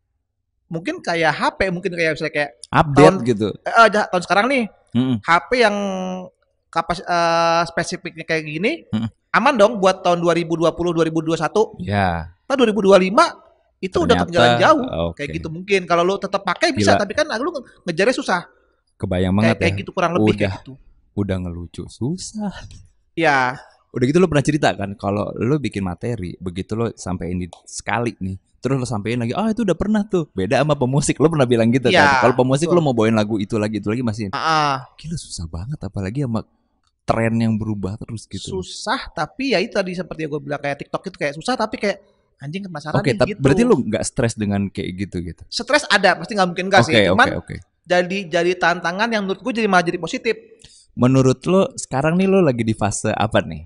mungkin kayak H P, mungkin kayak misalnya kayak Update tahun gitu. eh, eh, jah- tahun sekarang nih Mm-mm. H P yang kapas eh, spesifiknya kayak gini Mm-mm. aman dong buat tahun dua ribu dua puluh dua ribu dua puluh satu. Ya. Nah dua ribu dua puluh lima itu udah Ternyata ketinggalan jauh. oke. Kayak gitu mungkin kalau lu tetap pakai bisa, Gila. tapi kan lu nge- ngejarnya susah. Kebayang Kayak banget kayak ya. gitu kurang lebih Udah kayak gitu. udah ngelucu susah. Ya, Udah gitu lo pernah cerita kan kalau lo bikin materi begitu lo sampein di sekali nih terus lo sampein lagi ah itu udah pernah tuh beda sama pemusik lo pernah bilang gitu Ya, kan kalau pemusik betul. lo mau bawain lagu itu lagi itu lagi masih ah, ah, gila susah banget apalagi sama tren yang berubah terus gitu. susah tapi ya itu tadi seperti yang gue bilang kayak TikTok itu kayak susah tapi kayak anjing penasaran Oke nih tapi gitu. berarti lo nggak stres dengan kayak gitu gitu. Stres ada, pasti nggak mungkin enggak Oke sih. Cuman oke oke. jadi jadi tantangan yang menurut gue jadi malah jadi positif. Menurut lo sekarang nih lo lagi di fase apa nih?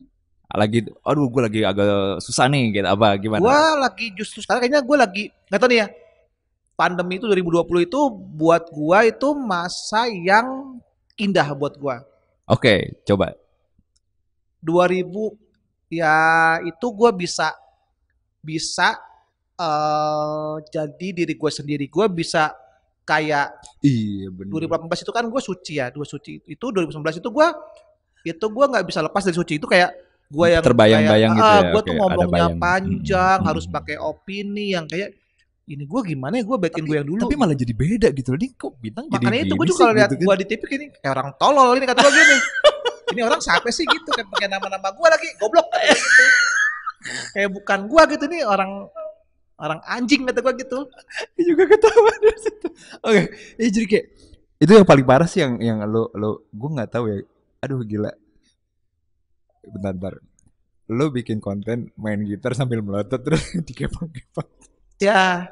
Lagi aduh gue lagi agak susah nih gitu apa gimana? Gue lagi justru sekarang kayaknya gue lagi nggak tahu nih ya. Pandemi itu dua ribu dua puluh itu buat gue itu masa yang indah buat gua. Oke, coba. dua ribu ya itu gua bisa bisa eh jadi diri gua sendiri. Gua bisa kayak Iya benar. dua ribu delapan belas itu kan gue suci ya, dua suci itu dua ribu sembilan belas itu gue itu gue nggak bisa lepas dari suci itu kayak gue yang Terbayang-bayang kayak gitu ah ya. gue Oke, tuh ada ngomongnya bayang. panjang Mm-mm. harus pakai opini yang kayak ini gue gimana ya gue baikin Tapi, gue yang dulu. tapi malah jadi beda gitu loh. Ini kok bintang jadi Makanya itu gue gini juga sih, kalau lihat gitu kan. gue di T V gini kayak orang tolol ini kata gue gini. Ini orang siapa sih gitu kayak pakai nama-nama gue lagi goblok kata gua gitu. Kayak bukan gue gitu nih orang orang anjing kata gue gitu. Dia juga ketawa dari situ. Oke, ya jadi kayak itu yang paling parah sih yang yang lo lo gue nggak tahu ya. Aduh gila. Bentar, bentar. Lo bikin konten main gitar sambil melotot terus dikepang-kepang. Ya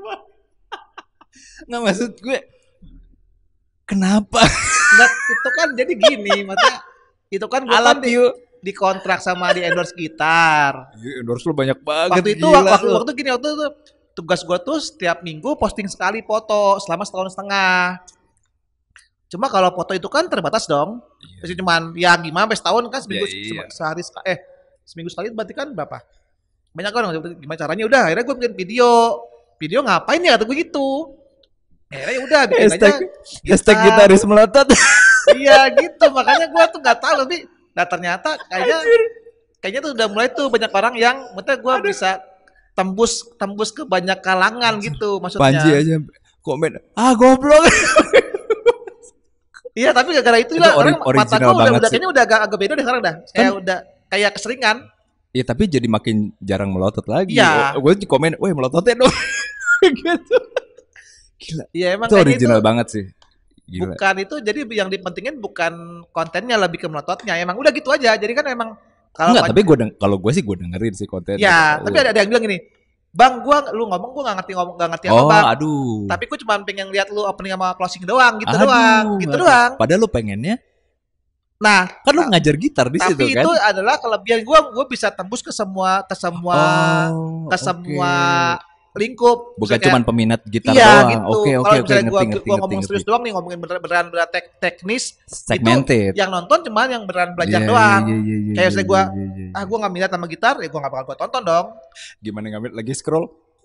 Nggak, maksud gue kenapa? nggak itu kan jadi gini maksudnya itu kan gue kan di, di kontrak sama di endorse gitar. Iya, endorse lo banyak banget. Waktu itu gila waktu, lo. waktu gini waktu itu tugas gue tuh setiap minggu posting sekali foto selama setahun setengah. Cuma kalau foto itu kan terbatas dong. Iya. Jadi cuman ya gimana sampai setahun kan seminggu Ya, iya. sehari seka- eh seminggu sekali berarti kan berapa? Banyak kan gimana caranya udah akhirnya gue bikin video. Video ngapain ya kata gue gitu. Akhirnya udah bikin Hashtag, aja hashtag gitar. gitaris melotot. Iya gitu makanya gue tuh nggak tahu tapi nah ternyata kayaknya kayaknya tuh udah mulai tuh banyak orang yang maksudnya gue bisa tembus tembus ke banyak kalangan gitu maksudnya. Panji aja komen, ah goblok. Iya tapi gara-gara itu Itu lah ori- orang original mata gue udah, banget udah sih. kayaknya udah agak, agak beda deh sekarang dah kayak udah kayak keseringan. Iya tapi jadi makin jarang melotot lagi. Iya. Oh, gue komen, weh melototnya dong. Gitu. Gila. Iya emang Itu kayaknya original itu banget sih. Gila. bukan itu jadi yang dipentingin bukan kontennya lebih ke melototnya emang udah gitu aja jadi kan emang kalau Enggak, tapi gue kalau gue sih gue dengerin sih konten. ya tapi ada, ada yang bilang gini bang gua lu ngomong gua nggak ngerti ngomong nggak ngerti apa Oh, bang aduh. tapi gua cuma pengen lihat lu opening sama closing doang gitu Aduh, doang gitu aduh. doang Padahal lu pengennya nah kan lu ngajar gitar di situ tapi kan. itu adalah kelebihan gua gua bisa tembus ke semua ke semua Oh, ke oke. semua lingkup Bukan Misalnya cuma kayak- peminat gitar iya doang. gitu Oke, oke, kalau oke, misalnya ngerti, gua, ngerti, gua ngerti, ngomong serius ngerti. doang nih ngomongin beneran beneran, beneran tek, teknis Segmented. itu yang nonton cuma yang beneran belajar Iya, doang iya, iya, iya, kayak iya, misalnya gua iya, iya, iya. ah gua nggak minat sama gitar ya gua nggak bakal gua tonton dong. Gimana ngambil lagi scroll?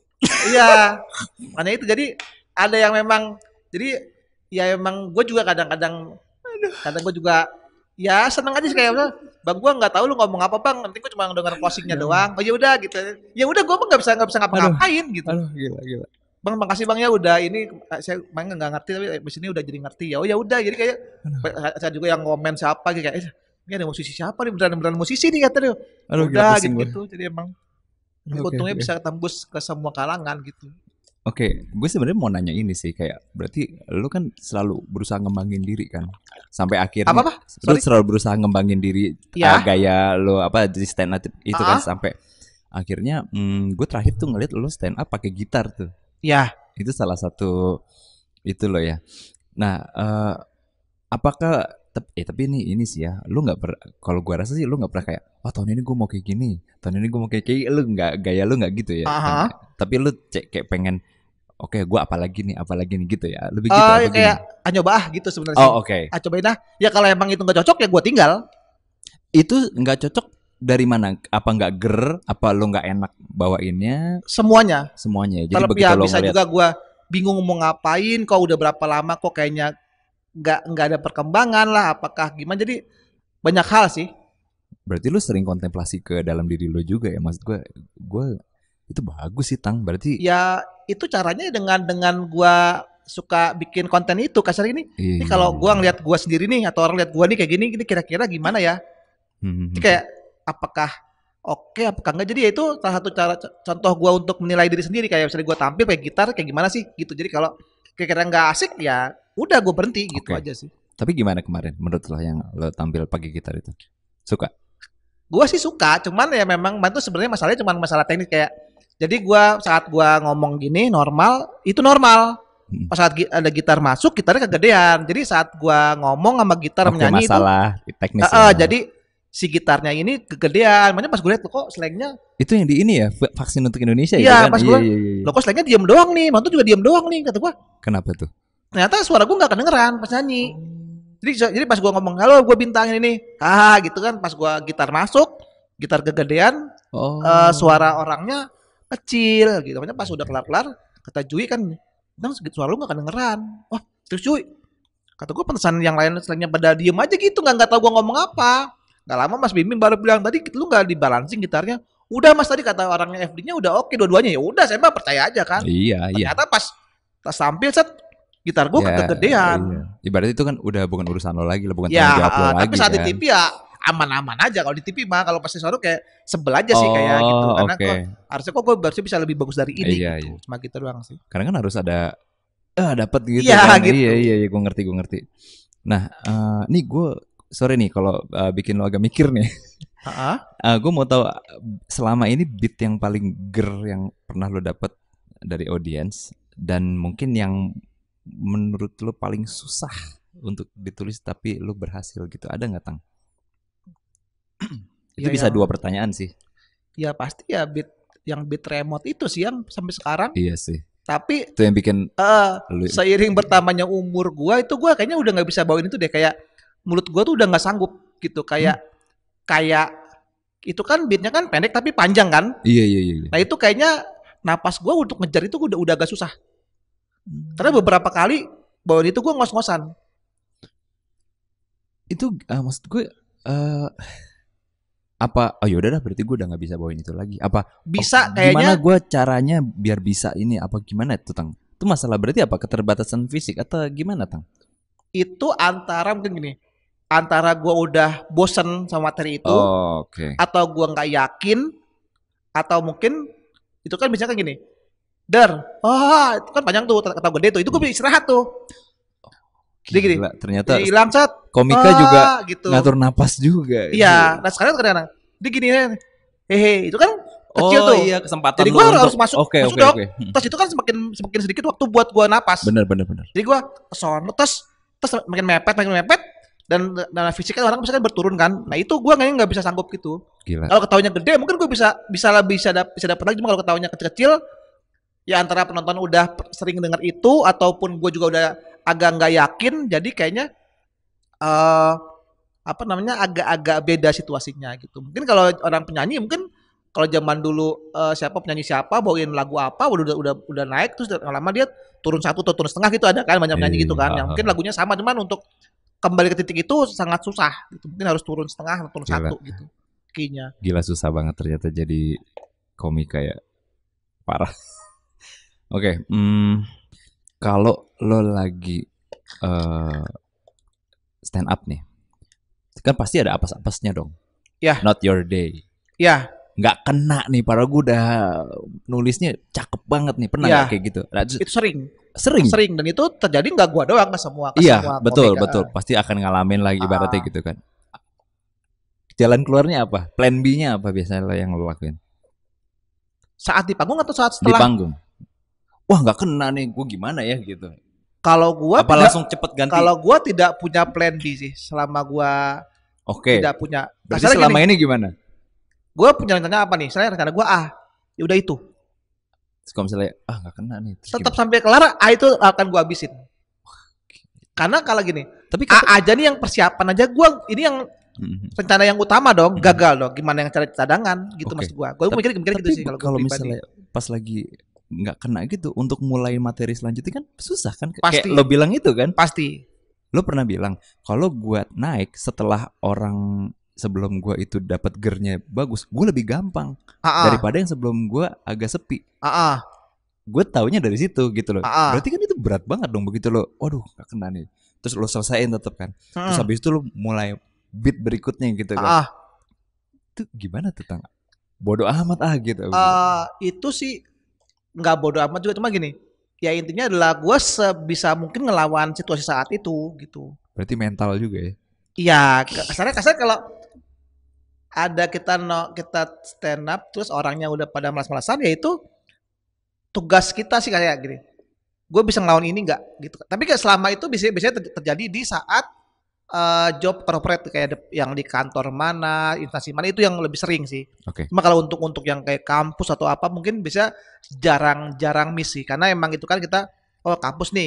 Iya, makanya itu jadi ada yang memang jadi ya emang gue juga kadang-kadang kadang gue juga ya seneng aja sih kayak apa, bang gue nggak tahu lu ngomong apa bang, nanti gue cuma denger closingnya doang. Oh ya udah gitu, ya udah gue mah nggak bisa nggak bisa ngapa-ngapain gitu. Aduh, gila, gila. Bang makasih bang ya udah ini saya main nggak ngerti tapi di sini udah jadi ngerti ya. Oh ya udah jadi kayak saya juga yang komen siapa gitu kayak eh, ini ada musisi siapa nih beneran beneran musisi nih kata dia. Aduh, gila, Udah pusing gitu, gua. gitu jadi emang Oke, untungnya oke. bisa tembus ke semua kalangan gitu. Oke, gue sebenarnya mau nanya ini sih kayak berarti lu kan selalu berusaha ngembangin diri kan sampai akhirnya Apa, apa? lu Sorry. selalu berusaha ngembangin diri Iya. uh, gaya lu apa di stand up itu kan Ah. sampai akhirnya hmm, gue terakhir tuh ngeliat lu stand up pakai gitar tuh. Ya. Itu salah satu itu lo ya. Nah, eh, apakah tep- eh tapi ini ini sih ya, lu nggak per kalau gua rasa sih lu nggak pernah kayak, oh tahun ini gua mau kayak gini, tahun ini gua mau kayak kayak lu nggak gaya lu nggak gitu ya. Aha. Tapi lu cek kayak pengen, oke gua apa lagi nih, apa lagi nih gitu ya. Lebih gitu. Oh, apa ya kayak gimana? ah nyoba ah gitu sebenarnya Oh sih. oke. Ah cobain ah. Ya kalau emang itu nggak cocok ya gua tinggal. Itu nggak cocok dari mana? Apa nggak ger? Apa lu nggak enak bawainnya? Semuanya. Semuanya. Jadi Kalau begitu ya lo bisa ngeliat, juga gua bingung mau ngapain, kok udah berapa lama kok kayaknya nggak nggak ada perkembangan lah, apakah gimana? Jadi banyak hal sih. berarti lu sering kontemplasi ke dalam diri lu juga ya. Maksud gua, gua itu bagus sih Tang. Berarti Ya itu caranya dengan dengan gua suka bikin konten itu kasar ini. iya, Ini kalau gua ngeliat gua sendiri nih atau orang lihat gua nih kayak gini, ini kira-kira gimana ya? Hmm, Jadi kayak apakah oke apakah enggak, jadi ya itu salah satu cara contoh gua untuk menilai diri sendiri kayak misalnya gua tampil pakai gitar kayak gimana sih gitu. Jadi kalau kira-kira nggak asik ya udah gua berhenti gitu Oke. aja sih. Tapi gimana kemarin menurut lo yang lo tampil pakai gitar itu? Suka? Gua sih suka, cuman ya memang bantu sebenarnya masalahnya cuman masalah teknis kayak jadi gua saat gua ngomong gini normal itu normal. Hmm. Pas saat gi- ada gitar masuk gitarnya kegedean. Jadi saat gua ngomong sama gitar Oke, menyanyi itu masalah teknis eh, eh, ya. jadi si gitarnya ini kegedean. Makanya pas gue liat lo kok slangnya Itu yang di ini ya, v- vaksin untuk Indonesia itu Iya, kan? pas Iya, gua- iya, iya, iya. lo kok slangnya diem doang nih, mantu juga diem doang nih kata gua. Kenapa tuh? Ternyata suara gua nggak kedengeran pas nyanyi. Jadi jadi pas gua ngomong halo gua bintang ini, ah gitu kan pas gua gitar masuk, gitar kegedean, Oh. eh, suara orangnya kecil gitu. Makanya pas udah kelar-kelar kata Jui kan, "Bang, suara lu gak kedengeran." Wah, terus Jui. Kata gua pantesan yang lain selingnya pada diem aja gitu, nggak nggak tahu gua ngomong apa. Gak lama Mas Bimbing baru bilang tadi lu nggak dibalancing gitarnya. Udah Mas tadi kata orangnya F D-nya udah oke dua-duanya. Ya udah saya mah percaya aja kan. Iya, iya. Ternyata pas pas tampil set gitar gua Ya, kegedean. iya. Ibarat itu kan udah bukan urusan lo lagi, lo bukan Ya, tanggung jawab lo uh, lagi tapi saat kan. di T V ya aman-aman aja. Kalau di T V mah kalau pas sesuatu kayak sebel aja sih kayak gitu. Oh, Karena oke. kok harusnya kok gue harusnya bisa lebih bagus dari ini Iya, gitu. iya. Cuma gitu doang sih. Karena kan harus ada ah dapat gitu Iya, kan. gitu. Iya, iya, iya, gue ngerti, gue ngerti. Nah, eh, nih gue sorry nih kalau eh, bikin lo agak mikir nih. Heeh. Uh, gue mau tahu uh, selama ini beat yang paling ger yang pernah lo dapet dari audience dan mungkin yang menurut lo paling susah untuk ditulis tapi lo berhasil gitu, ada nggak Tang? Itu Ya, bisa yang- dua pertanyaan sih. Ya pasti ya beat yang beat remote itu sih yang sampai sekarang. Iya sih. Tapi Itu yang bikin eh lu seiring bertambahnya umur gua itu gua kayaknya udah nggak bisa bawain itu deh, kayak mulut gua tuh udah nggak sanggup gitu, kayak kayak itu kan beatnya kan pendek tapi panjang kan. iya iya iya. iya. Nah itu kayaknya napas gua untuk ngejar itu udah udah agak susah. Karena beberapa kali bawain itu gua ngos-ngosan. Itu uh, maksud gue uh, apa? Oh yaudah dah, berarti gue udah nggak bisa bawain itu lagi. Apa? Bisa oh, kayaknya Gimana gue caranya biar bisa ini? Apa gimana itu Tang? Itu masalah berarti apa? Keterbatasan fisik atau gimana Tang? itu antara mungkin gini, antara gua udah bosen sama materi itu Oh, oke. atau gua nggak yakin atau mungkin itu kan misalkan gini, der, wah itu kan panjang tuh kata gede tuh, itu gua bisa istirahat tuh, Dia gini, Gila, ternyata jadi hilang set, komika ah, juga gitu. ngatur napas juga. Iya, nah sekarang kadang-kadang dia gini, hehe, itu kan kecil oh, tuh. iya kesempatan Jadi lu gua untuk- harus masuk, Oke masuk oke dok. oke. Hmm. Terus itu kan semakin semakin sedikit waktu buat gua napas. Bener bener bener. Jadi gua kesono terus terus makin mepet makin mepet dan dan fisik kan orang bisa kan berturun kan. Nah itu gua kayaknya nggak bisa sanggup gitu. Gila. Kalau ketawanya gede mungkin gua bisa bisa lebih bisa dap, bisa dapat lagi, cuma kalau ketawanya kecil-kecil ya antara penonton udah sering dengar itu ataupun gua juga udah agak nggak yakin, jadi kayaknya eh apa namanya agak-agak beda situasinya gitu. Mungkin kalau orang penyanyi mungkin kalau zaman dulu eh, siapa penyanyi siapa bawain lagu apa udah udah udah naik terus lama dia turun satu atau turun setengah gitu, ada kan banyak penyanyi gitu kan. Iya. Yang mungkin lagunya sama cuman untuk kembali ke titik itu sangat susah gitu. Mungkin harus turun setengah atau turun Gila. satu gitu. Kayaknya. Gila susah banget ternyata jadi komika ya. Parah. Oke, hmm, kalau lo lagi eh, stand up nih, kan pasti ada apes-apesnya dong. Ya. Not your day. Ya, Nggak kena nih, padahal gue udah nulisnya cakep banget nih. Pernah Iya. nggak kayak gitu? Nah, terus- itu sering. sering. Sering dan itu terjadi nggak gua doang, ke semua ke Iya, semua betul, komika. betul. Pasti akan ngalamin lagi ibaratnya Ah. gitu kan. Jalan keluarnya apa? Plan B-nya apa biasanya lo yang lo lakuin? Saat di panggung atau saat Di setelah? panggung. Wah, nggak kena nih, gue gimana ya gitu. Kalau gua Apa tidak- langsung cepet ganti? kalau gua tidak punya plan B sih, selama gua Oke. tidak punya. Berarti Kasarnya selama gini, ini gimana? gua punya rencana apa nih? Saya rencana gua A, ya udah itu. Terus kalau misalnya ah nggak kena nih. Terus Tetap gimana? sampai kelar A itu akan gua habisin. Karena kalau gini, Tapi A aja nih yang persiapan aja gua ini yang Mhm. rencana yang utama dong, Hmm. gagal dong. Gimana yang cari cadangan gitu Oke. maksud gua. Gua Tapi- mikir mikir gitu Tapi sih kalau kalau gua pribadi. misalnya pas lagi nggak kena gitu untuk mulai materi selanjutnya kan susah kan? Pasti. Kayak lo bilang itu kan? Pasti. Lo pernah bilang kalau gua naik setelah orang sebelum gua itu dapat gernya bagus, gua lebih gampang Ah, daripada yang sebelum gua agak sepi. ah, ah. Gue taunya dari situ gitu loh. Ah, ah. Berarti kan itu berat banget dong begitu lo. Waduh, gak kena nih. Terus lo selesaiin tetap kan. Terus Hmm. habis itu lo mulai beat berikutnya gitu kan. Ah, ah. Itu gimana tuh Tang? Bodoh amat ah gitu. Eh, itu sih nggak bodoh amat juga, cuma gini, ya intinya adalah gue sebisa mungkin ngelawan situasi saat itu gitu. Berarti mental juga ya. Iya, kasarnya kasar kalau ada kita no, kita stand up terus orangnya udah pada malas-malasan, ya itu tugas kita sih kayak gini. Gue bisa ngelawan ini nggak gitu. Tapi kayak selama itu bisa biasanya ter- terjadi di saat eh, job corporate kayak de- yang di kantor mana, instansi mana, itu yang lebih sering sih. Oke. Cuma kalau untuk untuk yang kayak kampus atau apa mungkin bisa jarang-jarang miss sih, karena emang itu kan kita oh kampus nih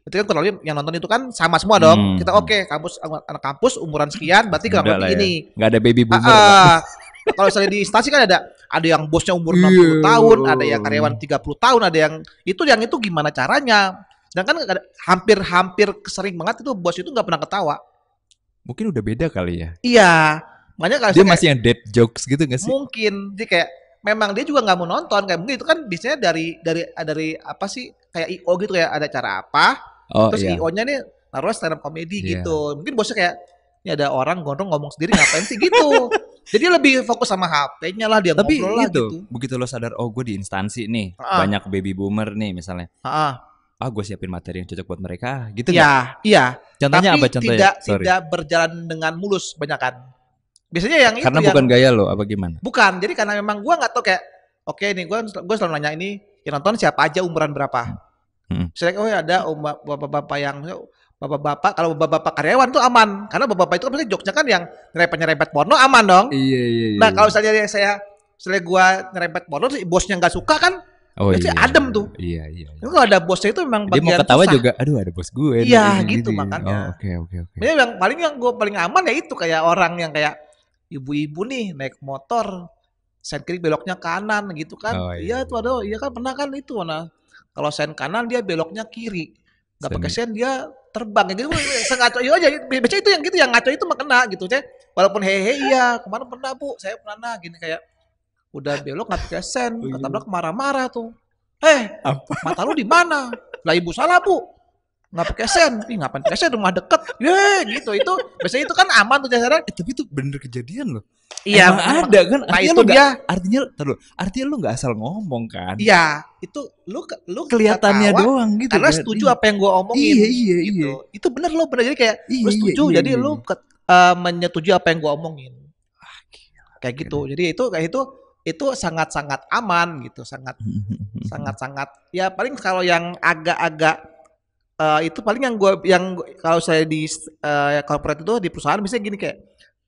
Berarti kan kurang lebih yang nonton itu kan sama semua dong. Hmm. Kita oke, okay, kampus anak kampus umuran sekian, berarti kurang Muda lebih lah ya. ini. Nggak ada baby boomer. Ah, kalau misalnya di instansi kan ada ada yang bosnya umur enam puluh tahun, ada yang karyawan tiga puluh tahun, ada yang itu yang itu gimana caranya? Dan kan ada- hampir-hampir sering banget itu bos itu nggak pernah ketawa. Mungkin udah beda kali ya. Iya, makanya kalau Dia saya masih yang dead jokes gitu nggak kayak, sih? mungkin dia kayak memang dia juga nggak mau nonton kayak mungkin itu kan biasanya dari dari dari apa sih kayak I O gitu ya ada cara apa Oh terus iya. I O-nya nih naruh stand up comedy Iya. gitu mungkin bosnya kayak ini ada orang gondrong ngomong sendiri ngapain sih gitu jadi lebih fokus sama H P-nya lah dia Tapi ngobrol lah itu, gitu. begitu lo sadar, oh gue di instansi nih, Ah. banyak baby boomer nih misalnya. Heeh. Ah gue siapin materi yang cocok buat mereka, gitu nggak? Iya, iya. Contohnya Tapi apa contohnya? tidak Sorry. tidak berjalan dengan mulus banyakan. Biasanya yang Karena itu bukan yang gaya lo, apa gimana? bukan. Jadi karena memang gua nggak tahu kayak oke nih gua gua selalu nanya ini yang nonton siapa aja umuran berapa. Hmm. Misalnya oh ya ada um, bapak-bapak yang bapak-bapak kalau bapak-bapak karyawan tuh aman karena bapak-bapak itu kan pasti jokesnya kan yang nyerempet-nyerempet porno aman dong. Iya iya iya. Nah kalau misalnya saya misalnya gua nyerempet porno terus bosnya nggak suka kan oh, berarti iya, adem tuh. Iya iya. iya. itu kalau ada bosnya itu memang Dia mau bagian ketawa susah. juga, aduh ada bos gue. nih, Iya, ini, gitu gini. makanya. Oh oke oke oke. Ya yang paling yang gue paling aman ya itu kayak orang yang kayak ibu-ibu nih naik motor sen kiri beloknya kanan gitu kan. Oh, iya iya. tuh ada iya kan pernah kan itu nah. Kalau sen kanan dia beloknya kiri. Gak Sen- pakai sen dia terbang ya gitu sengaco iya aja biasanya itu yang gitu yang ngaco itu mah kena gitu ceh walaupun hehe iya kemarin pernah bu saya pernah gini kayak udah belok nggak pakai sen Oh, iya. ketabrak marah-marah tuh eh Apa? mata lu di mana lah ibu salah bu nggak pakai sen ih ngapain pakai sen rumah deket ye gitu itu biasanya itu kan aman tuh dasarnya Eh, tapi itu bener kejadian loh. iya Emang emang- ada kan? nah Artinya itu lu nggak- dia Artinya, taruh, artinya lu nggak asal ngomong kan? iya itu lu ke- lu Kelihatannya ketawa doang gitu. karena kan? setuju Iya. apa yang gua omongin Iya iya gitu iya. itu bener lo bener jadi kayak Iya, lu iya, setuju iya, jadi iya, lu iya. ke- eh, menyetujui apa yang gua omongin Ah, gila. kayak gitu jadi itu kayak itu itu sangat-sangat aman gitu sangat sangat-sangat ya paling kalau yang agak-agak eh, itu paling yang gua yang gua- kalau saya di eh, corporate itu di perusahaan misalnya gini kayak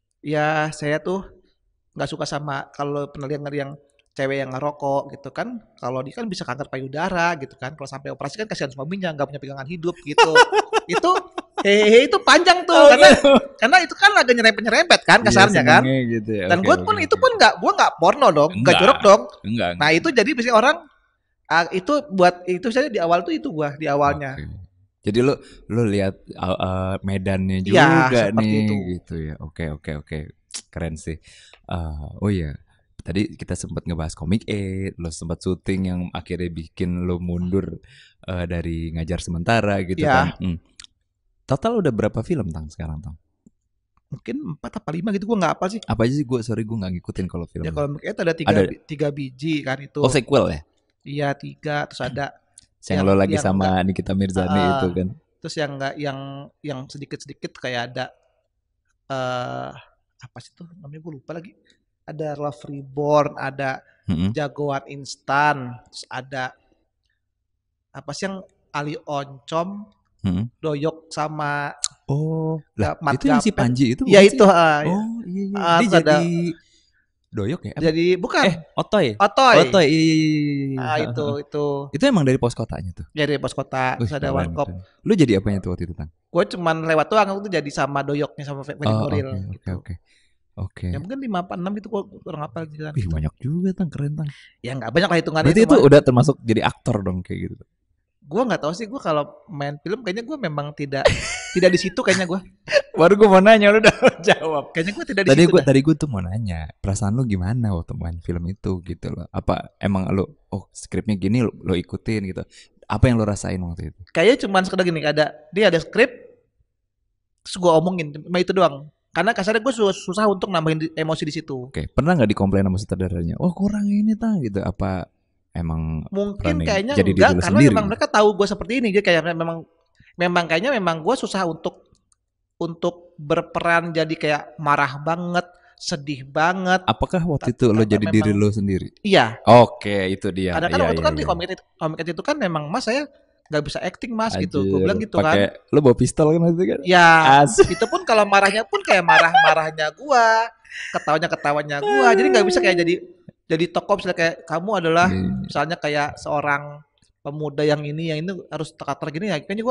ya saya tuh nggak suka sama kalau pernah lihat nggak yang cewek yang ngerokok gitu kan kalau dia kan bisa kanker payudara gitu kan kalau sampai operasi kan kasihan suaminya nggak punya pegangan hidup gitu itu hehehe itu panjang tuh Oh, karena gitu. karena itu kan agak nyerempet nyerempet kan kasarnya Iya, kan senengnya gitu ya. dan Oke, gue oke, pun oke. itu pun nggak gue nggak porno dong nggak Enggak. jorok dong Enggak. nah itu jadi biasanya orang ah, itu buat itu saya di awal tuh itu gua di awalnya Oke. Jadi lu lu lihat uh, uh, medannya Iya, juga seperti nih itu. gitu ya. Oke oke oke. Keren sih. Uh, oh iya. Tadi kita sempat ngebahas Comic Aid, lo sempat syuting yang akhirnya bikin lo mundur uh, dari ngajar sementara gitu Iya. kan. Hmm. Total udah berapa film Tang sekarang Tang? mungkin empat apa lima gitu gua nggak apa sih Apa aja sih gue sorry gue nggak ngikutin kalau film. ya kalau itu ada tiga Ada. bi- tiga biji kan itu Oh sequel ya? iya tiga terus ada Yang, Yang- lo lagi yang sama Nikita Mirzani Ah, itu kan. terus yang enggak yang yang sedikit-sedikit kayak ada eh apa sih tuh namanya gue lupa lagi ada Love Reborn ada Mm-mm. jagoan instan terus ada apa sih yang Ali Oncom Mm-mm. doyok sama Oh, lah Mat itu yang si Gapet. Panji itu ya bukan sih? itu ah, ya. Oh iya iya. Ah, Dia terus ada- jadi doyok ya? Apa? jadi bukan Eh, Otoy. Otoy, Otoy. Iya, iya, iya, iya. Ah, itu itu Itu emang dari pos kotanya tuh. jadi pos kota Wih, terus ada keren, warkop keren. Lu jadi apanya tuh waktu itu, Tang? gue cuman lewat doang aku tuh jadi sama doyoknya sama Freddy Oh, oke, Nuril oke, gitu oke. Oke. ya mungkin lima apa enam gitu gue kurang apa gitu kan Wih, banyak juga, Tang. Keren, Tang. ya nggak banyak lah hitungannya Berarti itu mah. udah termasuk jadi aktor dong kayak gitu. Gue nggak tahu sih gue kalau main film kayaknya gue memang tidak tidak di situ kayaknya gue Baru gue mau nanya, lu udah jawab. kayaknya gue tidak di Tadi situ gue dah. tadi gue tuh mau nanya, perasaan lu gimana waktu main film itu gitu loh. Apa emang lu oh skripnya gini lo, lo ikutin gitu. Apa yang lo rasain waktu itu? Kayaknya cuma sekedar gini ada dia ada skrip terus gue omongin cuma itu doang karena kasarnya gue susah untuk nambahin di- emosi di situ Oke, pernah nggak dikomplain sama sutradaranya? Oh kurang ini Tang gitu. Apa emang mungkin Running. kayaknya Jadi enggak diri lu karena sendiri. memang mereka tahu gue seperti ini jadi kayak memang memang kayaknya memang gue susah untuk untuk berperan jadi kayak marah banget sedih banget apakah waktu Ta- itu lo karena jadi diri memang- lo sendiri? iya Oke, itu dia. karena kan Iya, waktu itu iya, kan di iya. komik komik itu kan memang mas saya nggak bisa acting mas gitu gue Anjir, bilang gitu pakai- kan lo bawa pistol kan waktu itu kan? ya Asik. itu pun kalau marahnya pun kayak marah-marahnya gua ketawanya ketawanya gua jadi nggak bisa kayak jadi jadi tokoh misalnya kayak kamu adalah Iya. misalnya kayak seorang pemuda yang ini yang ini harus teka-teki gini ya kayaknya gua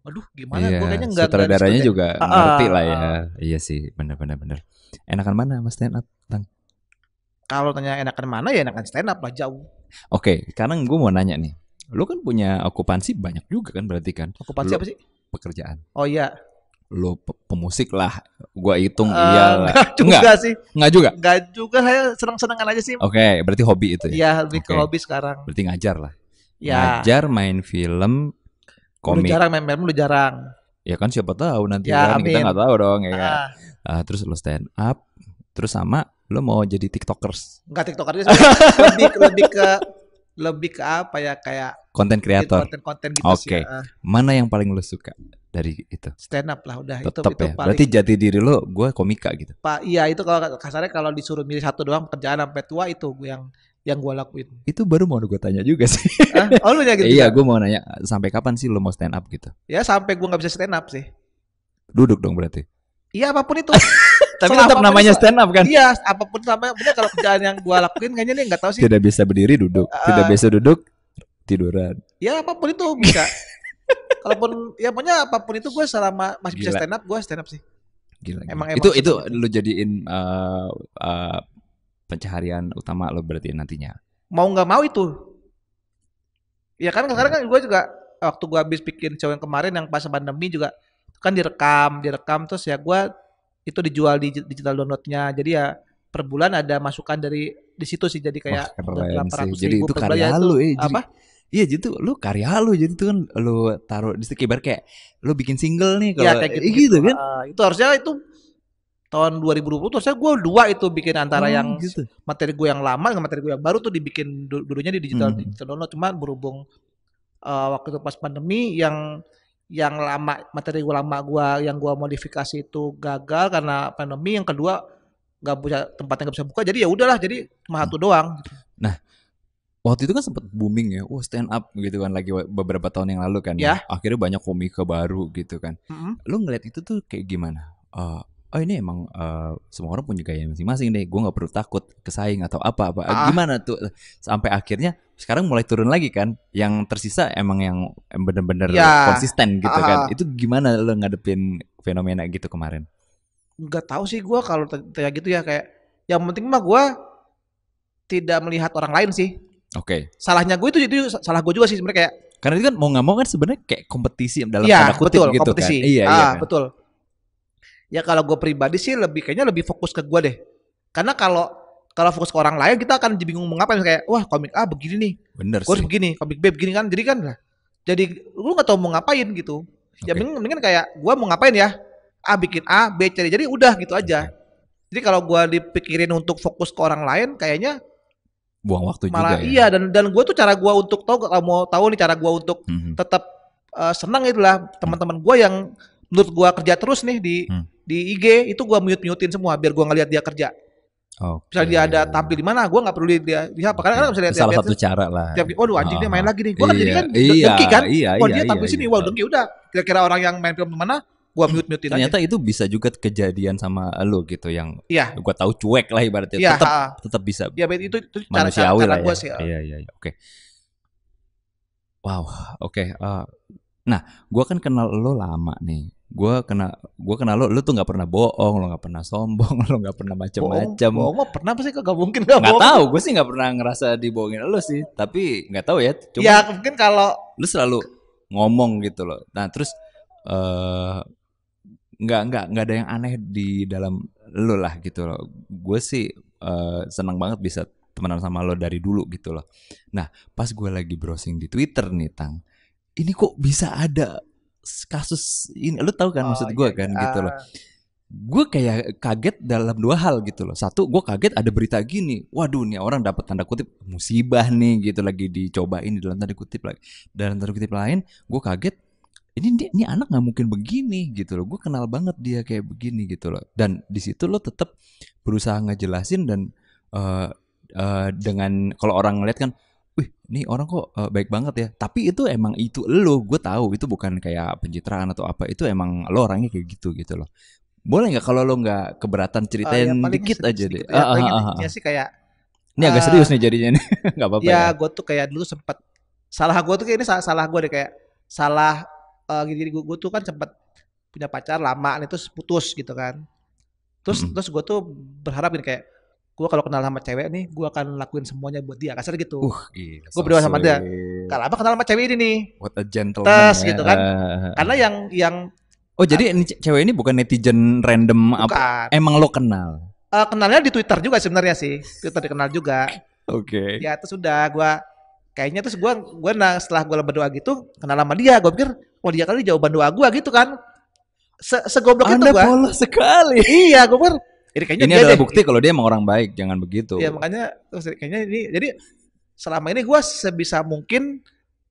Aduh, gimana? Gue Iya, kayaknya nggak nggak sutradaranya disitu deh. juga Ah, ah, ngerti lah ya. ah. Iya sih, benar-benar benar. Enakan mana Mas stand up, Tang? Kalau tanya enakan mana ya enakan stand up lah jauh. Oke, sekarang gue mau nanya nih. Lu kan punya okupansi banyak juga kan berarti kan? Okupansi Lu apa sih? pekerjaan. Oh iya, Lu pe- pemusik lah. Gua hitung Eh, iyalah. nggak Enggak, juga sih, enggak juga. nggak juga, saya senang-senangan aja sih. Oke, berarti hobi itu ya. Iya, lebih ke Oke. hobi sekarang. Berarti ngajar lah. Ya, Ngajar, main film, udah komik. jarang main film, udah jarang. Ya kan siapa tahu nanti Ya, kan kita amin. nggak tahu dong ya kan. Ah, Ah, terus lu stand up, terus sama lu mau jadi tiktokers, nggak TikToker aja sih. lebih lebih ke lebih ke apa ya, kayak konten bikin kreator. konten-konten gitu sih. Oke. Ah, Mana yang paling lu suka dari itu? stand up lah udah, itu Tetep itu ya. paling Berarti jati diri lu gue komika gitu. Pak. Iya, itu kalau kasarnya kalau disuruh milih satu doang pekerjaan sampai tua, itu gue yang yang gue lakuin. Itu baru mau gue tanya juga sih. Ah, oh lu ya gitu Iya, juga? gue mau nanya sampai kapan sih lu mau stand up gitu? Ya sampai gue nggak bisa stand up sih. Duduk dong berarti. Iya, apapun itu. Tapi Selama tetap apapun namanya itu, stand up kan? iya, apapun sampai bener kalau kerjaan yang gue lakuin kayaknya nih nggak tahu sih. Tidak bisa berdiri duduk, tidak Ah, bisa duduk tiduran. ya apapun itu bisa. Kalaupun ya pokoknya apapun itu gue selama masih bisa Gila, stand up, gue stand up sih. gila, gila. Emang Itu emang itu seneng gitu. lu jadiin eh, eh, pencaharian utama lo berarti nantinya. Mau nggak mau itu. Ya kan sekarang kan gue juga waktu gue habis bikin show yang kemarin yang pas pandemi juga kan direkam, direkam terus ya gue itu dijual di digital downloadnya. Jadi ya per bulan ada masukan dari di situ sih, jadi Wah, kayak udah keren berapa sih. ratus Jadi ribu itu per bulan ya karya itu lu eh. Jadi apa? iya jadi tuh lu karya lu jadi tuh kan lu taruh di situ ibarat kayak lu bikin single nih Ya kalau kayak eh, gitu-gitu. gitu kan. Ah, itu harusnya itu tahun dua ribu dua puluh tuh harusnya gue dua itu bikin antara Oh, yang gitu. materi gue yang lama dengan materi gue yang baru tuh dibikin du- dulunya di digital Hmm. digital download, cuman berhubung eh, waktu itu pas pandemi yang yang lama materi gue lama gua yang gua modifikasi itu gagal karena pandemi, yang kedua nggak bisa tempatnya nggak bisa buka, jadi ya udahlah, jadi cuma Hmm. satu doang gitu. Nah, waktu itu kan sempat booming ya, wah stand up gitu kan lagi wa- beberapa tahun yang lalu kan ya. Ya. Akhirnya banyak komika baru gitu kan. Mm-mm. Lu ngeliat itu tuh kayak gimana? Eh, oh ini emang eh, semua orang punya gaya masing-masing deh. Gue nggak perlu takut kesaing atau apa-apa. Eh, Ah, Gimana tuh sampai akhirnya sekarang mulai turun lagi kan? Yang tersisa emang yang bener-bener ya, konsisten gitu kan? ah, Itu gimana lu ngadepin fenomena gitu kemarin? nggak tahu sih gua kalau t- kayak gitu ya, kayak yang penting mah gua tidak melihat orang lain sih. Oke. Salahnya gue itu itu salah gue juga sih sebenarnya, kayak Karena itu kan mau nggak mau kan sebenarnya kayak kompetisi dalam iya tanda kutip betul gitu kan? kompetisi. Iya iya Ah, kan. betul. Ya kalau gue pribadi sih lebih kayaknya lebih fokus ke gue deh. Karena kalau kalau fokus ke orang lain kita akan jadi bingung mau ngapain, kayak wah komik A begini nih, Bener gue harus sih. begini, komik B begini kan. Jadi kan lah, jadi lu nggak tahu mau ngapain gitu. Ya Oke. mending, mendingan kayak gue mau ngapain ya, A bikin A, B cari, jadi udah gitu aja. Oke. Jadi kalau gue dipikirin untuk fokus ke orang lain, kayaknya Buang waktu malah juga ya. iya, dan dan gue tuh cara gue untuk tahu, kalau mau tahu nih cara gue untuk Mhm. tetap eh, senang itulah teman-teman gue yang menurut gue kerja terus nih di Hmm. di I G itu gue mute mutein semua biar gue ngeliat dia kerja. Oke. Misalnya dia ada tampil di mana, gue nggak perlu dia dia apa, karena kan bisa lihat Itu salah tiap satu cara lah. tiap waduh anjing dia main Ah, lagi nih, gue kan jadi iya, kan iya, dengki kan, iya, wah iya, dia iya, tampil sini, iya. wah dengki, udah kira-kira orang yang main film di mana, gue mute mutein aja. Ternyata itu bisa juga kejadian sama lo gitu yang Iya, gua tahu cuek lah ibaratnya. iya, Tetap ha, tetap bisa ya itu itu cara cara, manusiawi cara lah gue ya. sih. ah. Iya, iya, iya. Oke. Wow, oke. eh, nah, gua kan kenal lo lama nih. Gua kena gua kenal lo, lo tuh nggak pernah bohong, lo nggak pernah sombong, lo nggak pernah Bohong, macem-macem. bohong mah pernah apa sih, kagak mungkin nggak Nggak bohong. tahu, gue sih nggak pernah ngerasa dibohongin lo sih. Tapi nggak tahu ya. Cuman Ya mungkin kalau lu selalu ngomong gitu loh. Nah terus eh nggak nggak nggak ada yang aneh di dalam lu lah gitu loh. Gue sih eh, senang banget bisa temenan sama lo dari dulu gitu loh. Nah pas gue lagi browsing di Twitter nih Tang, ini kok bisa ada kasus ini? Lu tahu kan oh maksud iya gue iya, kan gitu loh. ah, Gue kayak kaget dalam dua hal gitu loh. Satu, gue kaget ada berita gini. Waduh, nih orang dapat tanda kutip musibah nih gitu lagi dicobain dalam tanda kutip lagi. Dalam tanda kutip lain, gue kaget. Ini dia, ini anak nggak mungkin begini gitu loh. Gue kenal banget dia kayak begini gitu loh. Dan di situ lo tetap berusaha ngejelasin dan eh, eh, dengan kalau orang ngeliat kan, wih, ini orang kok eh, baik banget ya. Tapi itu emang itu lo, gue tahu itu bukan kayak pencitraan atau apa. Itu emang lo orangnya kayak gitu gitu loh. Boleh nggak kalau lo nggak keberatan ah, ceritain ya paling dikit sedikit, aja deh. sedikit ya Ah, paling ah, ah, intinya ah. sih kayak Ini agak ah, serius nih jadinya nih. Nggak apa-apa ya ya. gue tuh kayak dulu sempat salah gue tuh kayak ini salah, salah gue deh, kayak salah uh, gini gue, gue tuh kan sempat punya pacar lama nih terus putus gitu kan. Terus Mm-mm. terus gue tuh berharap gini kayak gue kalau kenal sama cewek nih gue akan lakuin semuanya buat dia kasar gitu. Uh, gila, Gue so berdoa sama dia. sweet. Kalau apa kenal sama cewek ini nih, What a gentleman tes ya. gitu kan. Eh, Karena yang yang oh jadi ini ce- cewek ini bukan netizen random apa? bukan Emang lo kenal? uh, kenalnya di Twitter juga sebenarnya sih, Twitter dikenal juga. Oke. Ya terus udah gue kayaknya terus gue gue nah setelah gue berdoa gitu kenal sama dia, gue pikir wah dia kali jawaban doa gue gitu kan. Se Segoblok itu Anda gue. polos sekali. Iya gue pikir ini kayaknya Ini dia adalah deh. bukti kalau dia emang orang baik, jangan begitu. Ya makanya terus kayaknya ini jadi selama ini gue sebisa mungkin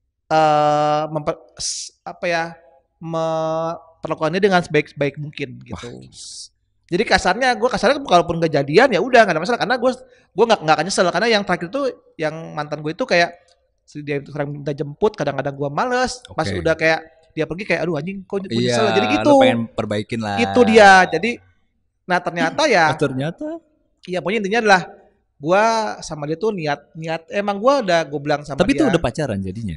eh memper, s- apa ya memperlakukannya dengan sebaik-baik mungkin gitu. Wah, Jadi kasarnya gue kasarnya kalaupun nggak jadian ya udah nggak ada masalah karena gue gue nggak nggak akan nyesel karena yang terakhir itu yang mantan gue itu kayak dia sering minta jemput kadang-kadang gue males pas Oke. udah kayak dia pergi kayak aduh anjing kok gue iya, nyesel jadi gitu lo pengen perbaikin lah. itu dia jadi nah ternyata ya Oh, ternyata. iya pokoknya intinya adalah gue sama dia tuh niat niat emang gue udah gue bilang sama Tapi itu dia udah pacaran jadinya.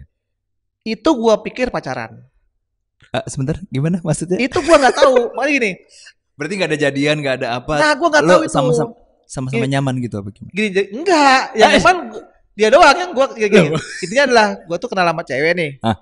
itu gue pikir pacaran Ah, sebentar, gimana maksudnya? itu gue nggak tahu makanya gini Berarti nggak ada jadian, nggak ada apa? nah gue nggak Lo tahu itu sama-sama sama-sama Gini. nyaman gitu apa gimana? gini jadi- enggak yang Eh. emang dia doang yang gue ya gini intinya adalah gue tuh kenal sama cewek nih Hah?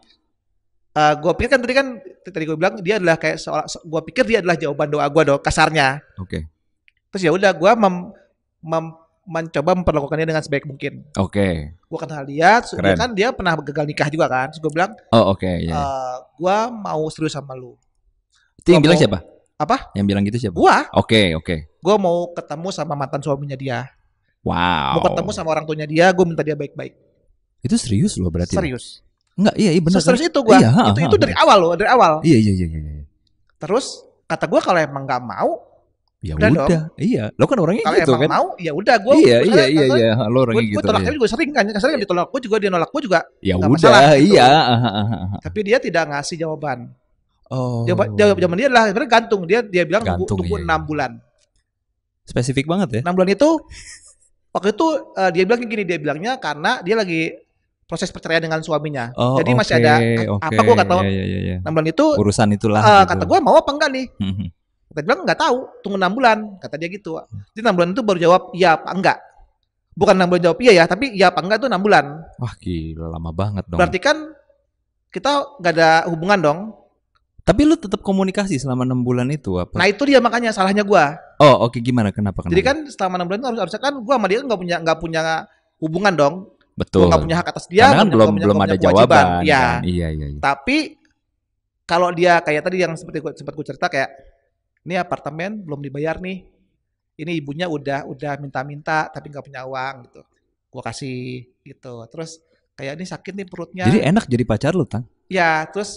uh, gue pikir kan tadi kan tadi gue bilang dia adalah kayak seolah gue pikir dia adalah jawaban doa gue dong kasarnya Oke. terus ya udah gue mem, mem- mencoba memperlakukannya dengan sebaik mungkin Oke. gue kenal dia terus dia Keren. kan dia pernah gagal nikah juga kan terus gue bilang Oh, oke, iya. uh, gue mau serius sama lu Itu yang gua bilang mau- siapa? apa Yang bilang gitu siapa? gue Oke, oke. gue mau ketemu sama mantan suaminya dia Wow. mau ketemu sama orang tuanya dia gue minta dia baik-baik Itu serius loh berarti. serius Enggak, iya, iya benar. serius itu gue Iya, ha, itu ha, itu ha. dari awal loh dari awal Iya, iya, iya, iya. iya. terus kata gue kalau emang nggak mau Ya Udah udah, iya. Lo kan orangnya kalau gitu emang kan? mau ya udah gue Iya, iya, iya, iya. Lo gue orangnya gue gitu. tolak iya. dia juga sering kan kasarnya ditolak gue juga dia nolak gue juga Ya nggak udah, masalah, gitu. iya. ah, ah, ah, ah. tapi dia tidak ngasih jawaban Oh. jawaban jawab jawaban dia adalah sebenarnya gantung dia dia bilang nunggu Gantung, nunggu iya, enam iya. bulan Spesifik banget ya. enam bulan itu waktu itu eh, dia bilang gini dia bilangnya karena dia lagi proses perceraian dengan suaminya Oh, jadi masih oke, ada oke. apa gue nggak tahu Iya, iya, iya, iya. enam bulan itu Urusan itulah. eh, gitu. kata gue mau apa enggak nih Mhm. kata dia bilang nggak tahu tunggu enam bulan kata dia gitu jadi enam bulan itu baru jawab iya apa enggak bukan enam bulan jawab iya ya tapi iya apa enggak itu enam bulan Wah gila, lama banget dong. berarti kan kita nggak ada hubungan dong Tapi lu tetap komunikasi selama enam bulan itu apa? nah itu dia makanya salahnya gua Oh oke, gimana? Kenapa? Kenapa? jadi kan selama enam bulan itu harus harusnya kan gua sama dia nggak punya nggak punya hubungan dong Betul. gua nggak punya hak atas dia Karena kan nggak belum punya- belum nggak ada punya kewajiban. jawaban. ya Kan? Iya iya. iya. tapi kalau dia kayak tadi yang seperti gua sempat gua cerita kayak ini apartemen belum dibayar nih ini ibunya udah udah minta-minta tapi nggak punya uang gitu gua kasih gitu terus kayak ini sakit nih perutnya Jadi enak jadi pacar lu, Tang? ya terus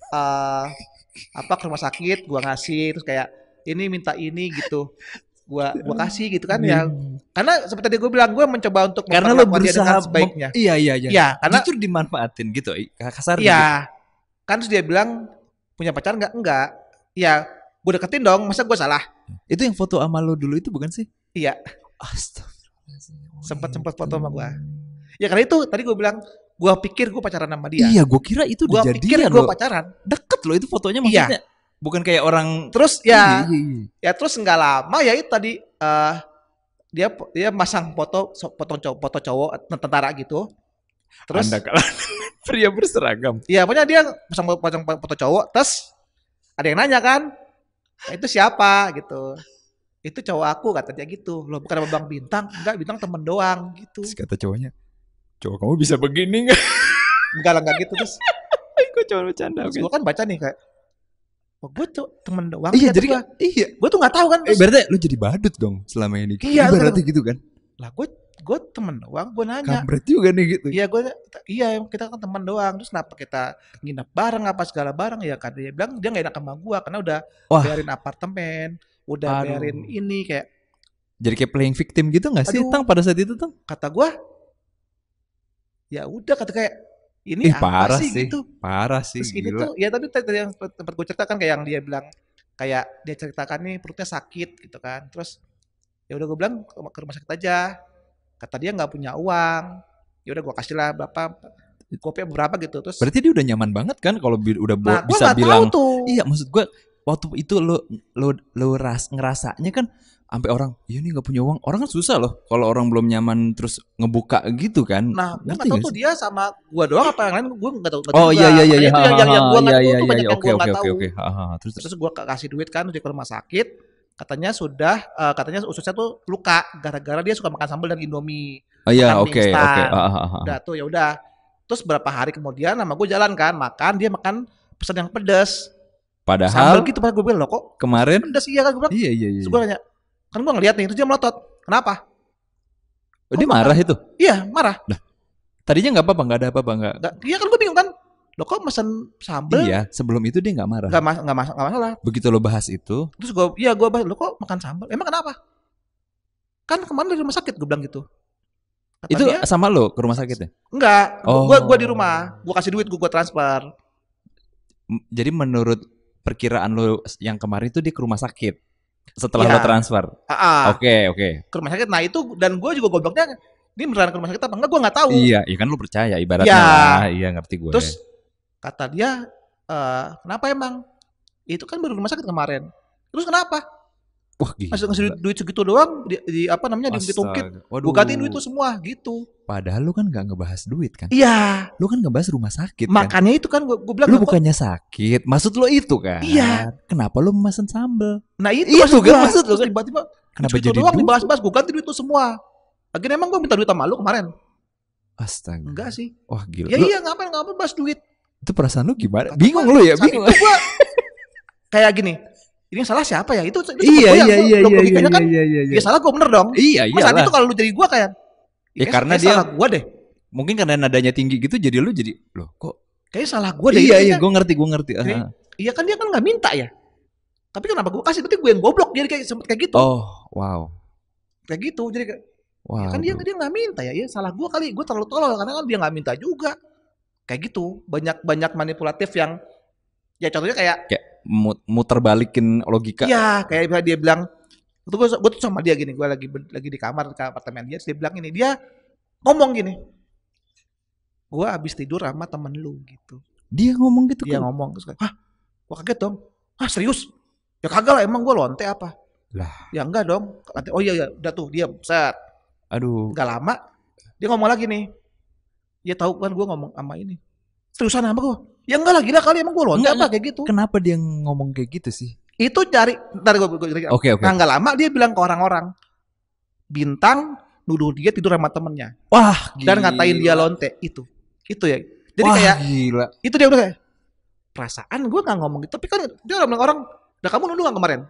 eh apa ke rumah sakit gua ngasih terus kayak ini minta ini gitu gua gua kasih gitu kan ya karena seperti tadi gue bilang gue mencoba untuk Karena lu memperlakukan dia berusaha dengan sebaiknya mem- Iya iya iya. ya karena Justru dimanfaatin gitu, kasar gitu. ya kan terus dia bilang punya pacar nggak enggak ya gue deketin dong masa gue salah Itu yang foto sama lu dulu itu bukan sih? iya Astagfirullahaladzim. sempat sempat foto sama gua ya karena itu tadi gue bilang gue pikir gue pacaran sama dia Iya, gue kira itu gue udah pikir jadian gue loh. pacaran Deket loh itu fotonya Iya. maksudnya. Bukan kayak orang. terus Iya, ya iya, iya. ya terus nggak lama ya itu tadi eh dia dia masang foto so- foto cowok foto cowok tentara gitu terus Anda kalah pria berseragam. ya pokoknya dia pasang pasang foto cowok terus ada yang nanya kan "Nah, itu siapa gitu itu cowok aku kata dia gitu loh bukan sama bang bintang enggak bintang temen doang gitu Terus kata cowoknya, cowok kamu bisa begini nggak? enggak lah enggak gitu terus Gue cuma bercanda. terus gue kan baca nih kayak oh gue tuh temen doang Iya kata jadi gua. kan, iya. gue tuh nggak tahu kan Eh, terus, berarti lu jadi badut dong selama ini. Iya, Berarti gitu kan. lah gue gue temen doang gue nanya Kampret juga nih gitu. iya gue iya kita kan teman doang terus kenapa kita nginep bareng apa segala bareng ya kan dia bilang dia nggak enak sama gue karena udah Wah. bayarin apartemen udah Aduh. bayarin ini kayak Jadi kayak playing victim gitu gak sih, Aduh. Tang, pada saat itu, Tang? kata gue ya udah kata kayak ini Ih, apa parah sih, sih. gitu Parah sih, terus ini gila. tuh ya tapi tadi yang tempat gue ceritakan kayak yang dia bilang kayak dia ceritakan nih perutnya sakit gitu kan terus ya udah gue bilang ke ke rumah sakit aja kata dia nggak punya uang ya udah gue kasih lah berapa kopi berapa gitu. Terus Berarti dia udah nyaman banget kan kalau bi- udah bo- nah, gue bisa nggak tahu bilang. tuh. Iya, maksud gue waktu itu lo lo lo ras ngerasanya kan sampai orang, iya nih nggak punya uang. Orang kan susah loh kalau orang belum nyaman terus ngebuka gitu kan. Nah, gue Ngerti nggak tahu nggak tuh sih? dia sama gue doang apa yang lain, gue nggak tahu. nggak Oh tahu juga. iya iya iya Makanya iya. itu yang yang, yang gue nggak Iya tahu iya tuh iya banyak iya. yang Oke gue oke nggak oke tahu. oke. Ha, ha, ha. Terus terus. Terus gue kasih duit kan untuk ke rumah sakit. Katanya sudah, eh, katanya ususnya tuh luka gara-gara dia suka makan sambal dan Indomie, Oh iya, makan mie oke oke. instan. Ah, ah, ah, ah. Udah tuh ya udah. Terus berapa hari kemudian sama gue jalan kan, makan dia makan pesan yang pedas. Sambal Padahal gitu, pas gue bilang, loh kok kemarin pedas iya kan, gue bilang. iya iya iya. Terus gue nanya, kan gue ngeliat nih, terus dia melotot. Kenapa? Oh, Kok dia marah makan? itu. Iya, marah. Tadinya nggak apa-apa, nggak ada apa-apa, nggak. Nggak, iya kan gue bingung kan. Lo kok mesen sambel? Iya, sebelum itu dia nggak marah. Nggak mas, nggak mas, nggak masalah. Begitu lo bahas itu, Terus gue, iya gue bahas, lo kok makan sambal? Emang kenapa? Kan kemarin dari rumah sakit, gue bilang gitu. Kata itu dia, sama lo ke rumah sakit ya? enggak, Oh. gue gue di rumah, gue kasih duit, gue gue transfer. M- Jadi menurut perkiraan lo yang kemarin itu dia ke rumah sakit setelah Iya. lo transfer. Ah, ah, Oke oke. ke rumah sakit. Nah itu, dan gue juga gobloknya, ini beneran ke rumah sakit apa enggak? Gue nggak tahu. Iya, iya kan lo percaya ibaratnya Iya. lah. Iya ngerti gue. Terus kata dia, eh, kenapa emang? Itu kan baru rumah sakit kemarin. Terus kenapa? Wah gila. Masih ngasih duit, duit segitu doang, di, di apa namanya, diungkit-ungkit. Astaga. Waduh. Gue gantiin duit itu semua gitu. Padahal lo kan nggak ngebahas duit kan? Iya, Lo kan ngebahas rumah sakit kan? makanya itu kan gue bilang. Lo "Kok-" bukannya sakit, maksud lo itu kan? Iya. Kenapa lo mesen sambel? Nah itu, Itu maksud kan gua. maksud lu Terus kan. tiba-tiba Kenapa segitu jadi doang duit? dibahas-bahas, gue ganti duit itu semua. Akhirnya emang gue minta duit sama lu kemarin? Astaga. Enggak sih. Wah gila. Ya Lo- iya, ngapain ngapain bahas duit? Itu perasaan lu gimana? Kata Bingung gua, lu ya, saat bingung. itu gua kayak gini. Ini yang salah siapa ya? Itu, itu Iya gua iya yang- iya lo- iya logikanya kan, iya iya iya. dia salah gue bener dong. Iya Cuma saat iyalah. itu kalau lu jadi gue kayak, Ya, kayak- karena kayak dia- salah gue deh. Mungkin karena nadanya tinggi gitu jadi lu jadi loh kok. Kayaknya salah gue deh. Iya Itu iya, kayaknya- gue ngerti gue ngerti. Oke. Ah. Iya kan dia kan nggak minta ya. Tapi kenapa gue kasih? Berarti gue yang goblok. Jadi kayak sempet kayak gitu. Oh wow. Kayak gitu. Jadi kayak, Wow. ya kan dia bro. dia nggak minta ya. Ya salah gue kali. Gue terlalu tolol karena kan dia nggak minta juga. Kayak gitu. Banyak banyak manipulatif yang, ya contohnya kayak, Kayak mut- muter balikin logika. iya kayak dia bilang, itu gue, gue tuh sama dia gini, gue lagi lagi di kamar di apartemen dia, terus dia bilang ini, dia ngomong gini, gue abis tidur sama temen lu gitu. Dia ngomong gitu Dia kan. ngomong terus kayak, hah, gue kaget dong. Hah serius? Ya kagak lah, emang gue lonte apa? Lah. Ya enggak dong. Kata, oh iya ya, udah tuh dia set. Aduh. Enggak lama dia ngomong lagi nih. Dia tahu kan gue ngomong sama ini. Seriusan sama gue? Ya enggak lah, gila kali, emang gue lonte Enggak, apa enggak. kayak gitu. Kenapa dia ngomong kayak gitu sih? Itu cari, ntar gue, gue, gue Oke oke. Nah nggak lama dia bilang ke orang-orang, Bintang nuduh dia tidur sama temennya Wah. dan gila. ngatain dia lonte. Itu, itu ya. Jadi Wah, kayak gila. itu dia udah kayak, perasaan gue nggak ngomong gitu, tapi kan dia orang bilang orang, udah kamu nuduh nggak kemarin?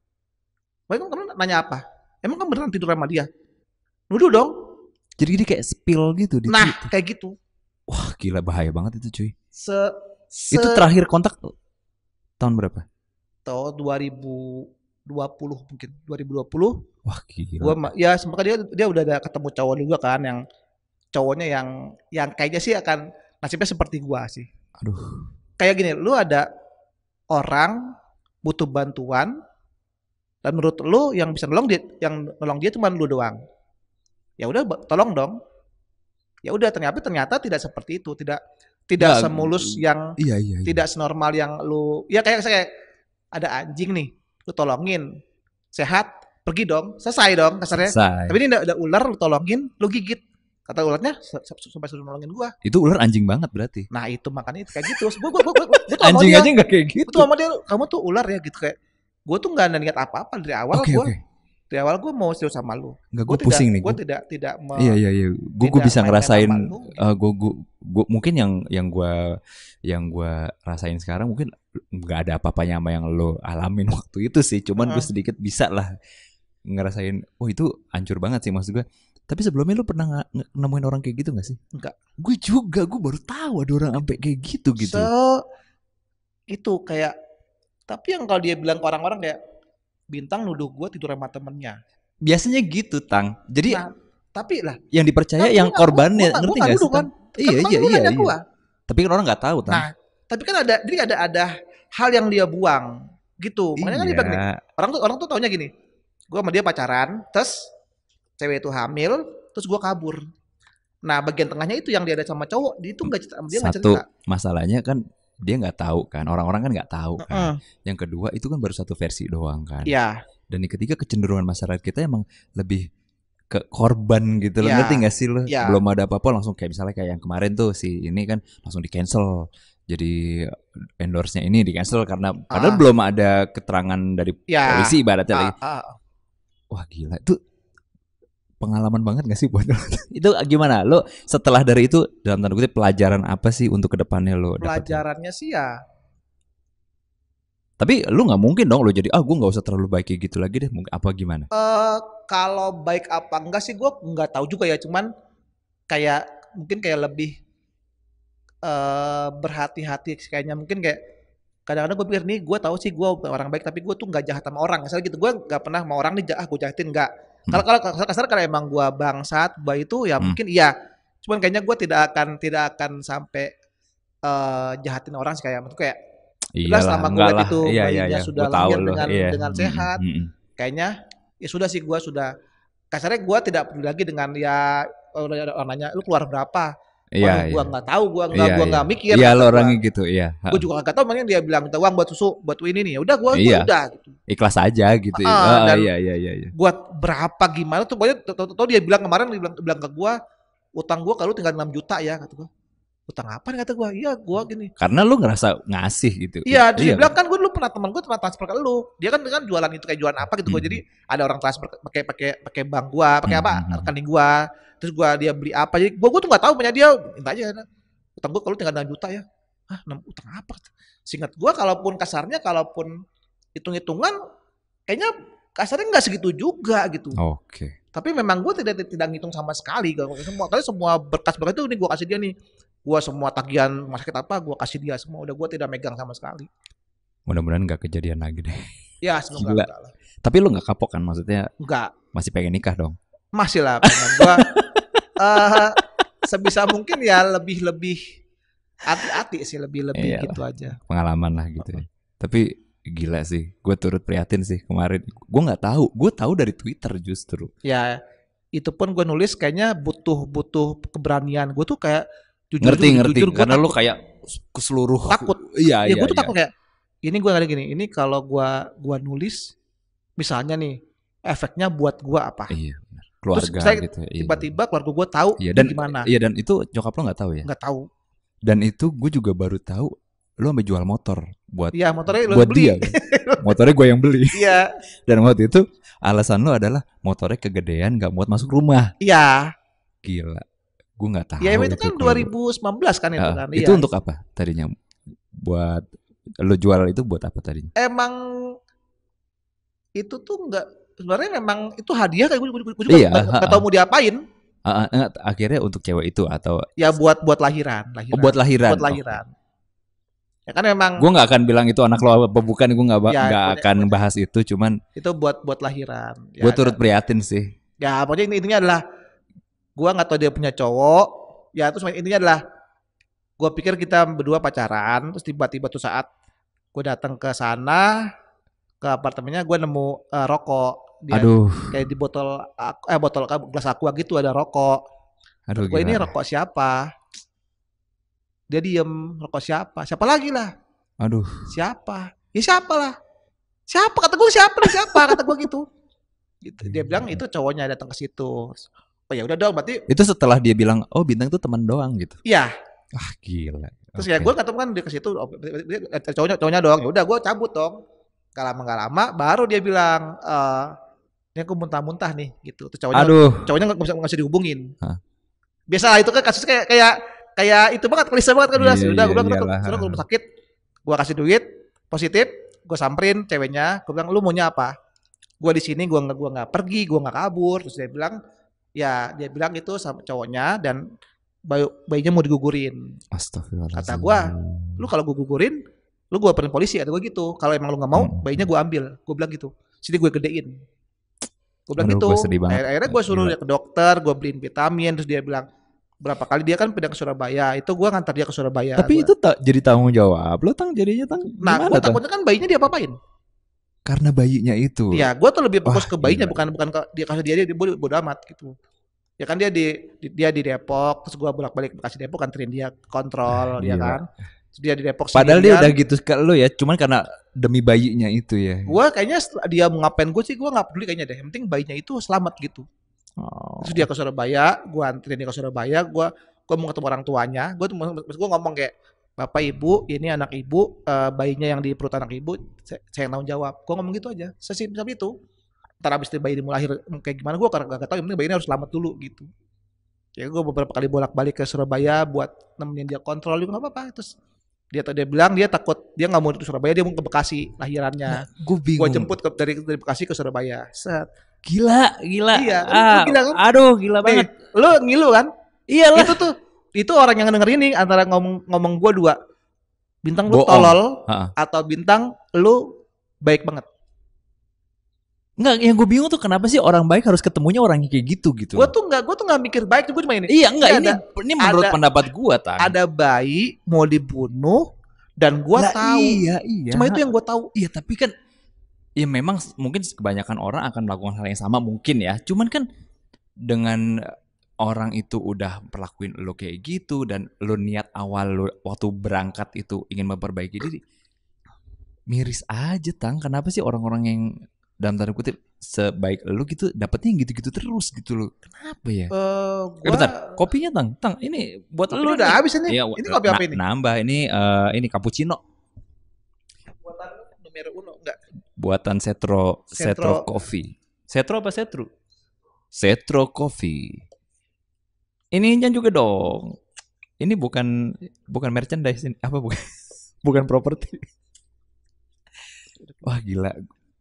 Kamu kamu nanya apa? Emang kamu beneran tidur sama dia? Nuduh dong. Jadi dia kayak spill gitu di Nah Twitter. kayak gitu. Wah gila bahaya banget itu cuy. Se, se Itu terakhir kontak tahun berapa? tahun dua ribu dua puluh mungkin dua ribu dua puluh. Wah gila. Gua ma- ya semoga dia dia udah ada ketemu cowok juga kan, yang cowoknya yang yang kayaknya sih akan nasibnya seperti gua sih. Aduh. Kayak gini, lu ada orang butuh bantuan dan menurut lu yang bisa nolong dia, yang nolong dia cuma lu doang. Ya udah ba- tolong dong. Ya udah, ternyata ternyata tidak seperti itu, tidak tidak Nggak, semulus yang Iya iya. iya. tidak senormal yang lu, ya kayak saya ada anjing nih, lu tolongin sehat, pergi dong, selesai dong kasarnya. Selesai. Tapi ini ada, ada ular, lu tolongin, lu gigit. Kata ularnya se- se- sampai suruh nolongin gua. Itu ular anjing banget berarti. Nah itu makanya itu kayak gitu. Gua gua gua, gua, gua tuh sama Anjing dia, aja nggak kayak gua gitu. tuh sama dia, kamu tuh ular ya gitu kayak. Gua tuh nggak ada niat apa-apa dari awal. Oke Gua oke. dari awal gua mau serius sama lu. Nggak, Gua gue pusing tidak, nih. Gua Gua, tidak tidak me- iya iya iya. Gue gue tidak bisa main-main ngerasain. sama lu, gitu. Uh, gue gue gue mungkin yang yang gue yang gue rasain sekarang mungkin nggak ada apa-apanya sama yang lo alamin waktu itu sih. Cuman gue Heeh. sedikit bisa lah ngerasain. Oh itu hancur banget sih maksud gue. Tapi sebelumnya lo pernah nga- nge- nemuin orang kayak gitu gak sih? Enggak. Gue juga, gue baru tahu ada orang sampai kayak gitu gitu. So itu kayak, tapi yang kalau dia bilang ke orang-orang kayak, Bintang nuduh gua tidur sama temennya. Biasanya gitu, Tang. Jadi Nah, tapi lah, yang dipercaya kan yang gua nggak- korbannya, gua nggak- ngerti gua nggak gak sih? nuduh kan. Tang? Iya Kan iya lu iya nanya iya. gua. Tapi kan orang nggak tahu, Tang. Nah, tapi kan ada, jadi ada ada hal yang dia buang gitu. Makanya kan dia bilang nih, Iya. orang tuh orang tuh taunya gini, gua sama dia pacaran, terus cewek itu hamil, terus gua kabur. Nah bagian tengahnya itu yang dia ada sama cowok, dia itu nggak cerita, dia nggak Satu, cerita. masalahnya kan dia nggak tahu kan, orang-orang kan nggak tahu kan. Heeh. Yang kedua itu kan baru satu versi doang kan. Ya, Dan yang ketiga kecenderungan masyarakat kita emang lebih ke korban gitu loh, ya, ngerti gak sih lo? ya. Belum ada apa-apa langsung kayak misalnya kayak yang kemarin tuh si ini kan langsung di cancel. Jadi endorse-nya ini di cancel karena padahal Ah. belum ada keterangan dari Ya. polisi ibaratnya lagi. Ah, ah. Wah gila, itu pengalaman banget gak sih buat lo? Itu gimana? Lo setelah dari itu dalam tanda kutip pelajaran apa sih untuk kedepannya lo dapetin? Pelajarannya sih ya, Tapi lu nggak mungkin dong lo jadi ah gue nggak usah terlalu baik kayak gitu lagi deh, mungkin apa gimana? eh kalau baik apa enggak sih gue nggak tahu juga ya, cuman kayak mungkin kayak lebih eh berhati-hati sih kayaknya, mungkin kayak kadang-kadang gue pikir nih gue tahu sih gue orang baik tapi gue tuh nggak jahat sama orang misalnya gitu, gue nggak pernah mau orang nih jahat gue jahatin nggak. Kalau kalau kasar, kasar kalau emang gue bangsat baik itu ya Hmm. mungkin iya, cuman kayaknya gue tidak akan tidak akan sampai eh jahatin orang sih, kayak kayak udah Iyalah, selama gue enggak lihat lah. itu Iya iya bayinya iya, sudah gue tahu lahir lo. dengan Iya. dengan Mm, sehat, mm, mm. kayaknya ya sudah sih gue sudah kasarnya gue tidak peduli lagi dengan ya kalau ada orang nanya lu keluar berapa. Iya Waduh, gua iya. nggak tahu, gua nggak Iya gua iya. nggak mikir Iya kata lo gua. orangnya gitu, iya. Ha. Gua juga nggak tahu, makanya dia bilang minta uang buat susu, buat ini nih. Ya udah gua gua Iya. udah gitu. Ikhlas aja gitu. Heeh, Ah, dan iya iya iya iya. buat berapa gimana tuh pokoknya tahu dia bilang kemarin dia bilang, bilang ke gua, utang gua kalau tinggal enam juta ya kata gua. Utang apa nih kata gua? Iya, gua gini. Karena lu ngerasa ngasih gitu. Iya, terus dia Iya. bilang kan gua dulu pernah teman gua pernah transfer ke lu. Dia kan kan jualan itu kayak jualan apa gitu gua. Hmm. Jadi ada orang transfer pakai pakai pakai bank gua, pakai Hmm, apa? hmm, hmm. Rekening gua. Terus gua dia beli apa. Jadi gua gua tuh enggak tahu punya dia, minta aja. Utang gua kalau tinggal enam juta ya. Hah, enam utang apa? Seingat gua kalaupun kasarnya kalaupun hitung-hitungan kayaknya kasarnya enggak segitu juga gitu. Oke. Tapi memang gue tidak tidak ngitung sama sekali kalau semua kali semua berkas-berkas itu nih gue kasih dia nih. Gua semua tagihan rumah sakit apa gua kasih dia semua, udah gua tidak megang sama sekali. Mudah-mudahan nggak kejadian lagi deh. Ya semoga Gila. enggak lah. Tapi lu nggak kapok kan, maksudnya Enggak, masih pengen nikah dong? masih lah pengen gua eh sebisa mungkin ya lebih-lebih hati-hati sih, lebih-lebih Iyalah. gitu aja. Pengalaman lah gitu ya. Tapi gila sih, gue turut prihatin sih kemarin. Gue nggak tahu, gue tahu dari Twitter justru. Ya itu pun gue nulis kayaknya butuh butuh keberanian. Gue tuh kayak jujur Ngerti jujur, ngerti, jujur gua karena lu takut. kayak ke seluruh Takut. Iya Ya iya gue tuh iya. takut kayak ini gue ada gini. Ini kalau gua gua nulis misalnya nih efeknya buat gua apa? Iya, benar. Keluarga saya gitu. Iya. Tiba-tiba keluarga gue tahu Iya ini dan gimana? iya dan itu nyokap lo nggak tahu ya. Nggak tahu. Dan itu gue juga baru tahu lo sampai jual motor buat Iya motornya lo buat beli. dia. Kan? Motornya gue yang beli. Iya, Dan waktu itu alasan lo adalah motornya kegedean nggak muat masuk rumah. iya. Gila. Gue nggak tahu. Ya itu kan kalau- dua ribu sembilan belas kan itu Ah, kan. itu Iya. untuk apa tadinya? Buat lo jual itu buat apa tadinya? Emang itu tuh nggak sebenarnya memang itu hadiah kayak gue, gue, gue juga Iya, nggak ha, nggak tahu mau diapain. Ah, ah, eh, akhirnya untuk cewek itu atau Ya buat buat lahiran, lahiran. oh, buat lahiran? Buat lahiran. Ya kan memang Gue nggak akan bilang itu anak lo apa bukan, gue nggak ba- Ya, nggak pokoknya- akan bahas itu, cuman itu buat buat lahiran. Ya, gue turut prihatin sih. ya pokoknya ini intinya adalah gua nggak tahu dia punya cowok. Ya terus intinya adalah gua pikir kita berdua pacaran, terus tiba-tiba tuh saat gue datang ke sana ke apartemennya gue nemu eh, rokok. Dia Aduh, kayak di botol aku- eh botol gelas aqua gitu ada rokok. aduh Gue ini gila. rokok siapa? Dia diem, rokok siapa? Siapa lagi lah? Aduh, Siapa? Ya siapa lah? Siapa kata gue siapa nih siapa kata gue gitu. Gitu. Dia bilang itu cowoknya datang ke situ. Oh ya udah dong berarti itu setelah dia bilang, oh Bintang tuh teman doang gitu. iya. Wah gila. Terus ya Oke. gue ketemu kan dia ke situ, oh, dia- dia- cowoknya cowoknya dong. Ya udah gue cabut dong. Gak lama gak lama baru dia bilang eh ini aku muntah-muntah nih gitu. Terus cowoknya Aduh, cowoknya nggak bisa nggak bisa dihubungin. Hah? Biasa lah itu kan kasus kayak kayak kayak itu banget klise banget kan udah. Iya, Udah gue iya, bilang iyalah. sudah ke rumah sakit, gue kasih duit positif, gue samperin ceweknya, gue bilang lu maunya apa? Gue di sini gue nggak gua nggak pergi, gue nggak kabur. Terus dia bilang ya dia bilang itu sama cowoknya dan bayi, bayinya mau digugurin. astagfirullahaladzim. Kata gua, Lu kalau gue gugurin, lu gue laporin polisi ada gue gitu. Kalau emang lu nggak mau, Hmm. bayinya gue ambil. Gue bilang gitu. Sini gue gedein. Gue bilang Aduh, gitu. gua sedih banget. Akhir- Akhirnya gue suruh Gila. dia ke dokter, gue beliin vitamin. Terus dia bilang berapa kali dia kan pindah ke Surabaya. Itu gue ngantar dia ke Surabaya. Tapi Gua- itu tak jadi tanggung jawab lo, Tang, jadinya Tang. nah Gimana gue tuh? takutnya kan bayinya dia apain? Karena bayinya itu. Iya, gue tuh lebih fokus Wah, ke bayinya gila. bukan bukan ke dia kasih dia dia bodo, bodo amat gitu. Ya kan dia di, di- dia di Depok, terus gua bolak-balik Bekasi Depok anterin dia kontrol, ya Gila. kan. Terus dia di Depok Padahal dia sendirian. udah gitu ke lu ya, cuman karena demi bayinya itu ya. Gua kayaknya setelah dia mau ngapain gue sih, gua nggak peduli kayaknya deh. Yang penting bayinya itu selamat gitu. Oh. Terus dia ke Surabaya, gua anterin dia ke Surabaya, gua gua mau ketemu orang tuanya, gua tuh maksud gua ngomong kayak Bapak Ibu, ini anak Ibu, eh, bayinya yang di perut anak Ibu, saya, saya yang tanggung jawab. Gua ngomong gitu aja, sesimpel itu. Ntar abis itu bayi ini mulai lahir kayak gimana, gua gak, gak tau. Yang penting bayi ini harus selamat dulu gitu. Ya gua beberapa kali bolak-balik ke Surabaya buat nemenin dia kontrol juga nggak apa-apa. Terus dia dia bilang dia takut, dia nggak mau di Surabaya, dia mau ke Bekasi lahirannya. Nah, gue Gua bingung. jemput ke, dari dari Bekasi ke Surabaya. Set. Gila, gila. Iya, lu- Ah, lu gila kan? aduh, gila Nih, banget. lu ngilu kan? Iyalah. Itu tuh, itu orang yang denger ini antara ngomong ngomong gua dua, bintang lu Bohong. tolol Ha-ha. atau bintang lu baik banget. Enggak, yang gue bingung tuh kenapa sih orang baik harus ketemunya orang yang kayak gitu gitu. Gua tuh nggak, gua tuh nggak mikir baik, gua cuma ini. Iya, enggak ini ada, ini menurut ada- pendapat gua, Tang. ada bayi mau dibunuh dan gua Lah, tahu. Iya, iya. Cuma itu yang gua tahu. Iya, tapi kan ya memang s- mungkin kebanyakan orang akan melakukan hal yang sama mungkin ya. Cuman kan dengan orang itu udah perlakuin lo kayak gitu dan lo niat awal lo waktu berangkat itu ingin memperbaiki diri, miris aja, Tang. Kenapa sih orang-orang yang dalam tanda kutip sebaik lo gitu dapetnya yang gitu-gitu terus gitu lo? Kenapa ya? Eh, Eh gua bentar, kopinya Tang, Tang, ini buat Kopi lo udah nih. habis ini. Iya, Ini kopi apa na- ini? Nambah ini eh, ini cappuccino buatan numero uno enggak? buatan Setro Setro, Setro. Coffee. Setro apa Setro? Setro Coffee. Ininya juga dong. Ini bukan bukan merchandise ini apa bukan? Bukan properti. Wah gila.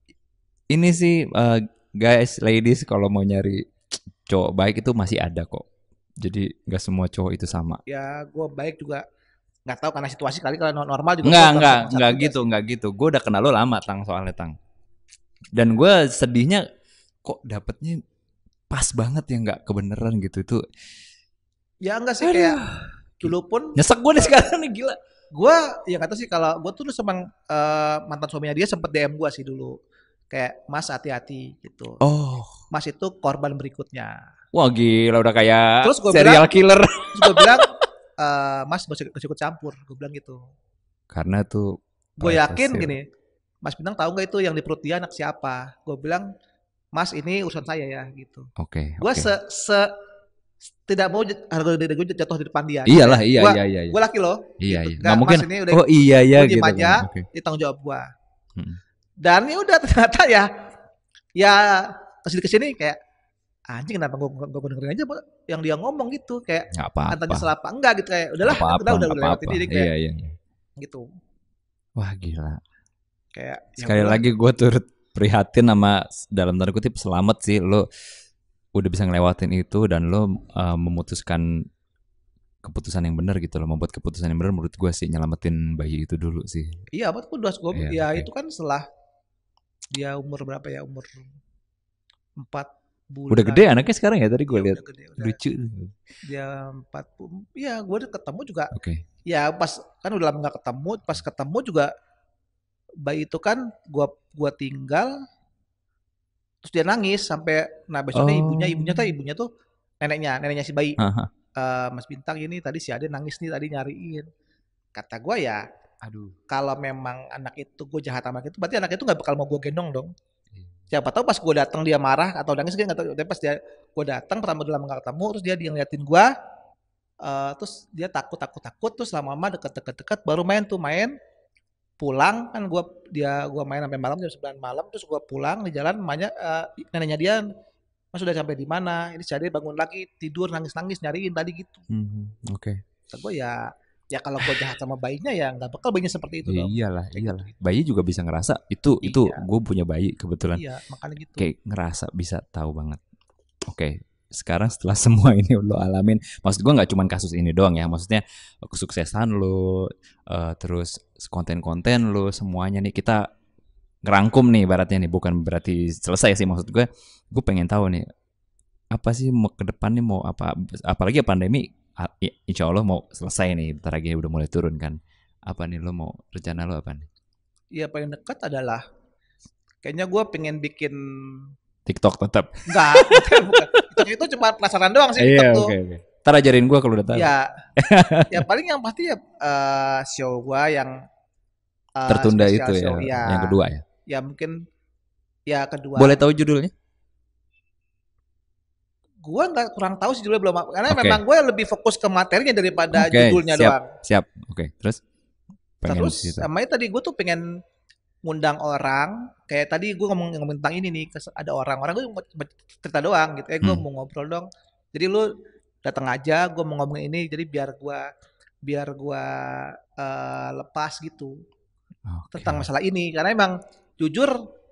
Ini sih eh, guys, ladies kalau mau nyari cowok baik itu masih ada kok. Jadi nggak semua cowok itu sama. Ya gua baik juga nggak tahu karena situasi kali, kalau normal juga Enggak, gua enggak, langsung enggak satu gitu, juga enggak gitu. Gue udah kenal lo lama, Tang, soalnya, Tang. Dan gue sedihnya kok dapetnya pas banget ya, nggak kebeneran gitu. Itu sih. Ya enggak sih, kayak dulu pun nyesek gue nih sekarang nih, gila. gua ya kata sih, kalau gua tuh emang eh, mantan suaminya dia sempet D M gua sih dulu. Kayak Mas hati-hati gitu. Oh, Mas itu korban berikutnya. wah gila udah kayak Terus gua serial bilang- killer. Terus gua bilang, eh, Mas gak usah gak usah ikut campur. Gua bilang gitu. Karena tuh Gue yakin privacy. gini, Mas Bintang tahu nggak itu yang di perut dia anak siapa? Gue bilang, Mas ini urusan saya ya gitu. Oke, Gue oke. se, se tidak mau j- harga diri gue jatuh di depan dia. Iyalah, iya, Gua- iya, iya. iya. Gue laki loh. Iya, gitu. iya. Nggak, Nggak mungkin. Mas ini udah Oh iya, iya gua gitu. diem kan. aja, Oke. ini tanggung jawab gue. Hmm. Dan ya udah ternyata ya, ya kesini kesini kayak anjing, kenapa gue gue dengerin aja Pak, yang dia ngomong gitu, kayak Nggak antara apa-apa. nyesel apa enggak gitu, kayak udahlah, Nggak apa-apa, udah udah nggak udah lewatin apa-apa. diri kayak Iya, iya. iya. gitu. Wah gila. Kayak ya Sekali udahlah. lagi gue turut prihatin sama dalam tanda kutip selamat sih lo udah bisa ngelewatin itu dan lo uh, memutuskan keputusan yang benar gitu loh, membuat keputusan yang benar menurut gue sih nyelamatin bayi itu dulu sih. Iya, apa tuh udah gue, Iya, ya oke. itu kan setelah dia umur berapa ya, umur empat bulan. Udah gede anaknya sekarang ya tadi gue Iya, lihat udah gede, udah. lucu. Dia empat puluh, ya gue udah ketemu juga, Oke. ya pas kan udah lama gak ketemu, pas ketemu juga bayi itu kan gua gua tinggal, terus dia nangis sampai, nah besoknya Oh. ibunya ibunya tuh ibunya tuh neneknya neneknya si bayi, Haha. "Eh, Mas Bintang ini tadi si Ade nangis nih tadi nyariin," kata gua ya. Aduh. Kalau memang anak itu gue jahat sama anak itu, berarti anak itu nggak bakal mau gue gendong dong. Iya. Siapa tahu pas gue datang dia marah atau nangis, dia nggak tahu. Tapi pas dia gue datang pertama udah lama nggak ketemu, terus dia dia ngeliatin gue, eh, terus dia takut takut takut, terus lama-lama deket-deket-deket baru main tuh main, pulang kan gue, dia gue main sampai malam jam sembilan malam, terus gue pulang di jalan, emaknya eh, neneknya dia, Mas sudah sampai di mana? Ini si Ade bangun lagi tidur nangis-nangis nyariin tadi gitu. Mhm, Oke. Kata gue ya, ya kalau gue jahat sama bayinya ya nggak bakal bayinya seperti itu dong. Iyalah, Kayak iyalah. gitu-gitu. Bayi juga bisa ngerasa itu itu Iya. gue punya bayi kebetulan. Iya, makanya gitu. Kayak ngerasa bisa tahu banget. Oke, sekarang setelah semua ini lo alamin, maksud gue nggak cuma kasus ini doang ya, maksudnya kesuksesan lo, eh, terus konten-konten lo, semuanya nih kita ngerangkum nih, baratnya nih, bukan berarti selesai sih, maksud gue, gue pengen tahu nih apa sih mau ke depan nih, mau apa, apalagi ya pandemi, a- i- insya Allah mau selesai nih, bentar lagi udah mulai turun kan, apa nih lo mau, rencana lo apa nih? Iya, paling dekat adalah kayaknya gue pengen bikin, TikTok tetap. enggak, bukan, bukan. Itu TikTok itu cuma penasaran doang sih TikTok Iya, tuh. oke oke. Ntar ajarin gua kalau udah tahu. Ya, ya paling yang pasti ya eh, show gua yang eh, Tertunda spesial itu show ya, yang ya. kedua ya. Ya mungkin ya Boleh kedua. tahu judulnya? Gua nggak kurang tahu sih judulnya belum karena Oke. memang gue lebih fokus ke materinya daripada Oke, judulnya siap, doang. siap. Oke, terus pengen Terus cerita. sama tadi gue tuh pengen ngundang orang kayak tadi gue ngomong ngomong tentang ini nih kes- ada orang-orang gue mau cuma cerita doang gitu eh gue Hmm. mau ngobrol dong jadi lu datang aja gue mau ngomong ini jadi biar gue biar gue eh, lepas gitu Oke. tentang masalah ini karena emang jujur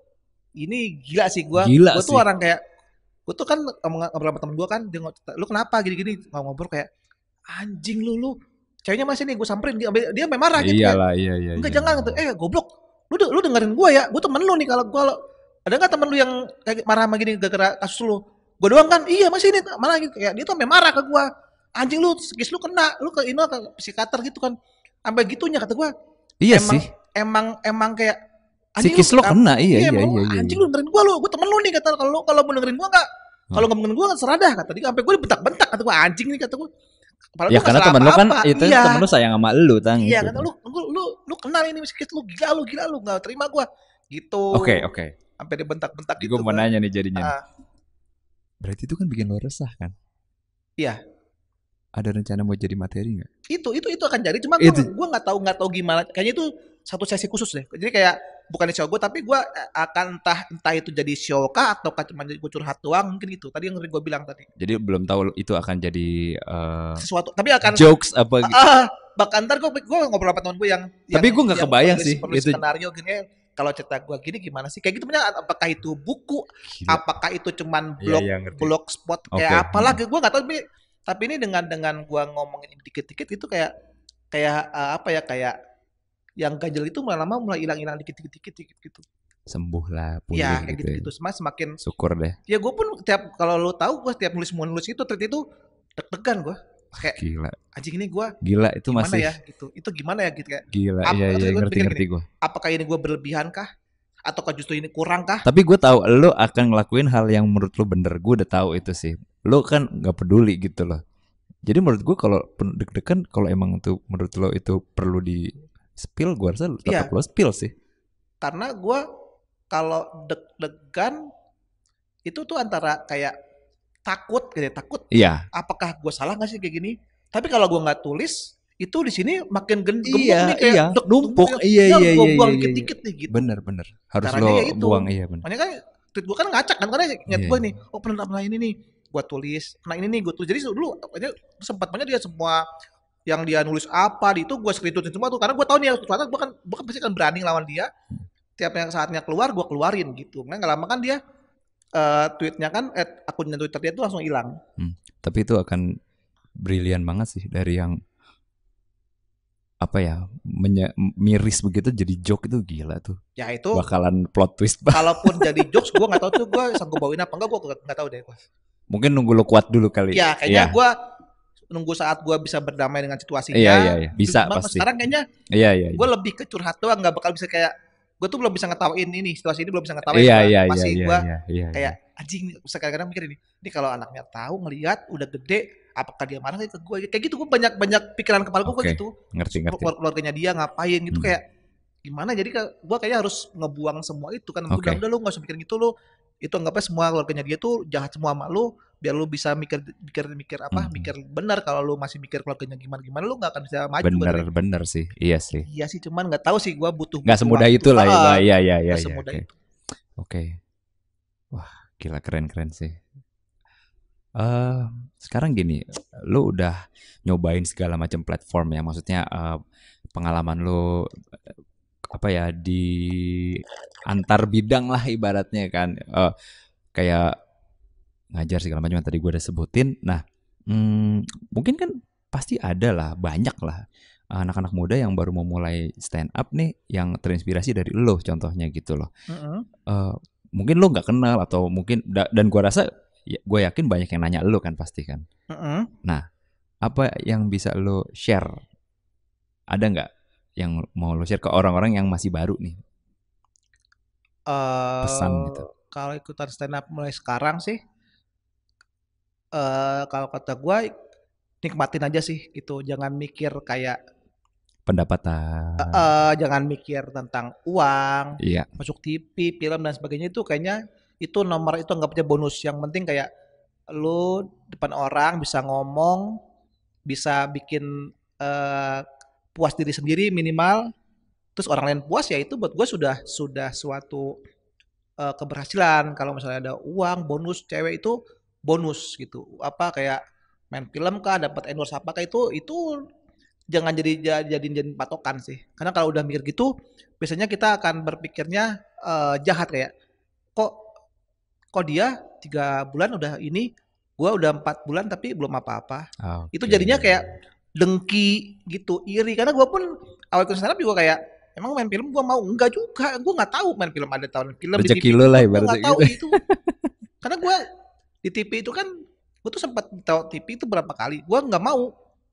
ini gila sih gue Gila gue tuh sih. orang kayak gue tuh kan ngomong- ngobrol sama temen gue kan dia ngomong, lu kenapa gini-gini ngobrol kayak anjing lu lu ceweknya masih nih gue samperin dia dia memang marah gitu kayak Iyalah, iya iya enggak iya. jangan gitu. Eh goblok. Lu de- lu dengerin gua ya. Gua temen lu nih kalau gua ada nggak temen lu yang kayak marah sama gini gara-gara kasus lu? Gua doang kan? Iya masih ini marah gitu. Kayak dia tuh sampai marah ke gua. Anjing lu, psikis lu kena. Lu ke ini ke psikiater gitu kan. Sampai gitunya kata gua. Iya Emang sih. emang emang kayak anjing Psikis lo kenapa- kena, iya iya emang iya lu iya. anjing iya. lu dengerin gua lu. Gua temen lu nih kata kalau lu kalau mau dengerin gua enggak kalau nggak dengerin gua kan seradah kata dia sampai gua dibentak-bentak kata gua anjing nih kata gua. Padahal Ya gua nggak karena salah temen lo kan apa-apa. itu Iya. temen lo sayang sama lu tang. Iya gitu. kata lu, lu lu lu kenal ini psikis lu gila lu gila lu nggak terima gua gitu. Oke oke. Sampai dibentak-bentak Jadi gitu gue mau kan. nanya nih jadinya. nih. Ah, Berarti itu kan bikin lo resah kan? iya, Ada rencana mau jadi materi nggak? itu itu itu akan jadi cuma gua Itu. gua nggak tahu nggak tahu gimana. Kayaknya itu satu sesi khusus deh. Jadi kayak bukan di show gua tapi gua eh, akan entah entah itu jadi show kah atau cuma jadi gua curhat doang mungkin gitu. Tadi yang gua bilang tadi. Jadi belum tahu itu akan jadi uh, Sesuatu tapi akan jokes apa gitu. ah, bahkan ntar gua gua ngobrol sama temen gua yang Tapi yang- gua nggak yang kebayang penulis- sih, penulis itu- skenario gini eh, kalau cerita gua gini gimana sih kayak gitu punya apakah itu buku Gila. apakah itu cuman Iya, blog iya, ngerti. blog spot Oke. kayak apalah gue nggak tahu tapi tapi ini dengan dengan gua ngomongin ini dikit-dikit itu kayak kayak eh, apa ya kayak yang ganjel itu mulai lama mulai hilang-hilang dikit-dikit dikit gitu Sembuh lah, pulih ya kayak gitu. gitu-gitu ya. Sema- semakin Syukur deh. ya gue pun tiap kalau lo tahu gue tiap nulis mau nulis itu tweet itu deg-degan gue kayak Gila. anjing ini gue Gila itu gimana masih ya gitu itu gimana ya gitu kayak gila. Apa- Iya terus iya gua ngerti pikir ngerti gue. apakah ini gue berlebihan kah ataukah justru ini kurang kah Tapi gue tahu lo akan ngelakuin hal yang menurut lo bener. Gue udah tahu itu sih. Lo kan nggak peduli gitu loh. Jadi menurut gue kalau pen- deg-degan kalau emang itu menurut lo itu perlu di spill, gue rasa tetap Iya. lo spill sih. karena gue kalau deg-degan itu tuh antara kayak takut gitu ya, takut Iya. apakah gue salah nggak sih kayak gini tapi kalau gue nggak tulis itu di sini makin gen- gemuk Iya, nih kayak iya. deg- Numpuk. deg- Iya, yang iya, gue iya, buang iya, iya. dikit-dikit nih gitu Bener bener. Harus Caranya lo ya itu. buang iya bener. makanya kan tweet gue kan ngacak kan karena ingat Iya. gue nih oh pernah pernah ini nih gue tulis pernah ini nih gue tulis jadi dulu pokoknya sempat banyak dia semua yang dia nulis apa di itu gue screenshotin semua tuh karena gue tahu nih suatu gue kan gue kan pasti kan berani lawan dia tiap yang saatnya keluar gue keluarin gitu nah nggak lama kan dia eh, tweetnya kan eh, akunnya Twitter dia tuh langsung hilang Tapi itu akan brilian banget sih dari yang apa ya menye- miris begitu jadi joke itu gila tuh. ya itu Bakalan plot twist banget. kalaupun jadi jokes gue nggak tahu tuh gue sanggup bawain apa enggak gue nggak tahu deh gua. Mungkin nunggu lo kuat dulu kali. ya kayaknya Iya. gue nunggu saat gue bisa berdamai dengan situasinya Iya, iya, iya. Bisa Cuma pasti. sekarang kayaknya Iya iya. iya. gue lebih ke curhat doang nggak bakal bisa kayak gue tuh belum bisa ngetawain ini situasi ini belum bisa ngetawain Iya gua. iya iya masih iya gue iya iya. kayak anjing kadang-kadang mikir ini ini kalau anaknya tahu ngelihat udah gede apakah dia marah ke gue kayak gitu gue banyak banyak pikiran kepala gue Oke. gitu Ngerti ngerti. Keluar- keluarganya dia ngapain gitu Hmm. kayak gimana jadi gue kayaknya harus ngebuang semua itu kan Oke. udah udah lu nggak usah mikirin gitu lu itu anggapnya semua keluarganya dia tuh jahat semua sama lu biar lu bisa mikir mikir mikir apa Hmm. mikir benar kalau lu masih mikir keluarganya gimana gimana lu nggak akan bisa maju Bener katanya. bener sih. Iya sih. Iya sih cuman nggak tahu sih gue butuh Nggak butuh semudah waktu. itu lah ya. Ah, Iya iya iya. nggak iya, semudah Oke. itu Oke. Wah, gila keren-keren sih. Eh, sekarang gini, lu udah nyobain segala macam platform ya, maksudnya eh, pengalaman lu eh, apa ya di antar bidang lah ibaratnya kan, Eh, kayak ngajar segala macam yang tadi gue udah sebutin. Nah, hmm, mungkin kan pasti ada lah, banyak lah anak-anak muda yang baru mau mulai stand up nih, yang terinspirasi dari lo, contohnya gitu loh. Mm-mm. Eh, mungkin lo nggak kenal atau mungkin da- dan gue rasa ya, gue yakin banyak yang nanya lo kan pasti kan. Mm-mm. Apa yang bisa lo share? Ada nggak yang mau lo share ke orang-orang yang masih baru nih? Eh, Pesan gitu. Kalau ikutan stand up mulai sekarang sih eh, kalau kata gue nikmatin aja sih gitu. Jangan mikir kayak Pendapatan. eh, jangan mikir tentang uang, Iya. masuk T V, film dan sebagainya itu kayaknya itu nomor itu anggapnya bonus. Yang penting kayak lu depan orang bisa ngomong, bisa bikin eh, puas diri sendiri minimal. Terus orang lain puas ya itu buat gue sudah sudah suatu eh, keberhasilan. Kalau misalnya ada uang, bonus, cewek itu bonus gitu. Apa kayak main film kah, dapat endorse apa kah itu itu jangan jadi ja- jadiin jadi patokan sih. Karena kalau udah mikir gitu, biasanya kita akan berpikirnya eh, jahat kayak kok kok dia tiga bulan udah ini, gua udah empat bulan tapi belum apa-apa. Itu Oke. jadinya kayak dengki gitu, iri. Karena gua pun awal ikut stand up juga kayak emang main film gua mau enggak juga, gua nggak tahu main film ada tahun film di Rezeki T V lu gitu, lah gua ibaratnya nggak tahu gitu. itu. Karena gua di T V itu kan gua tuh sempat tahu T V itu berapa kali, gua nggak mau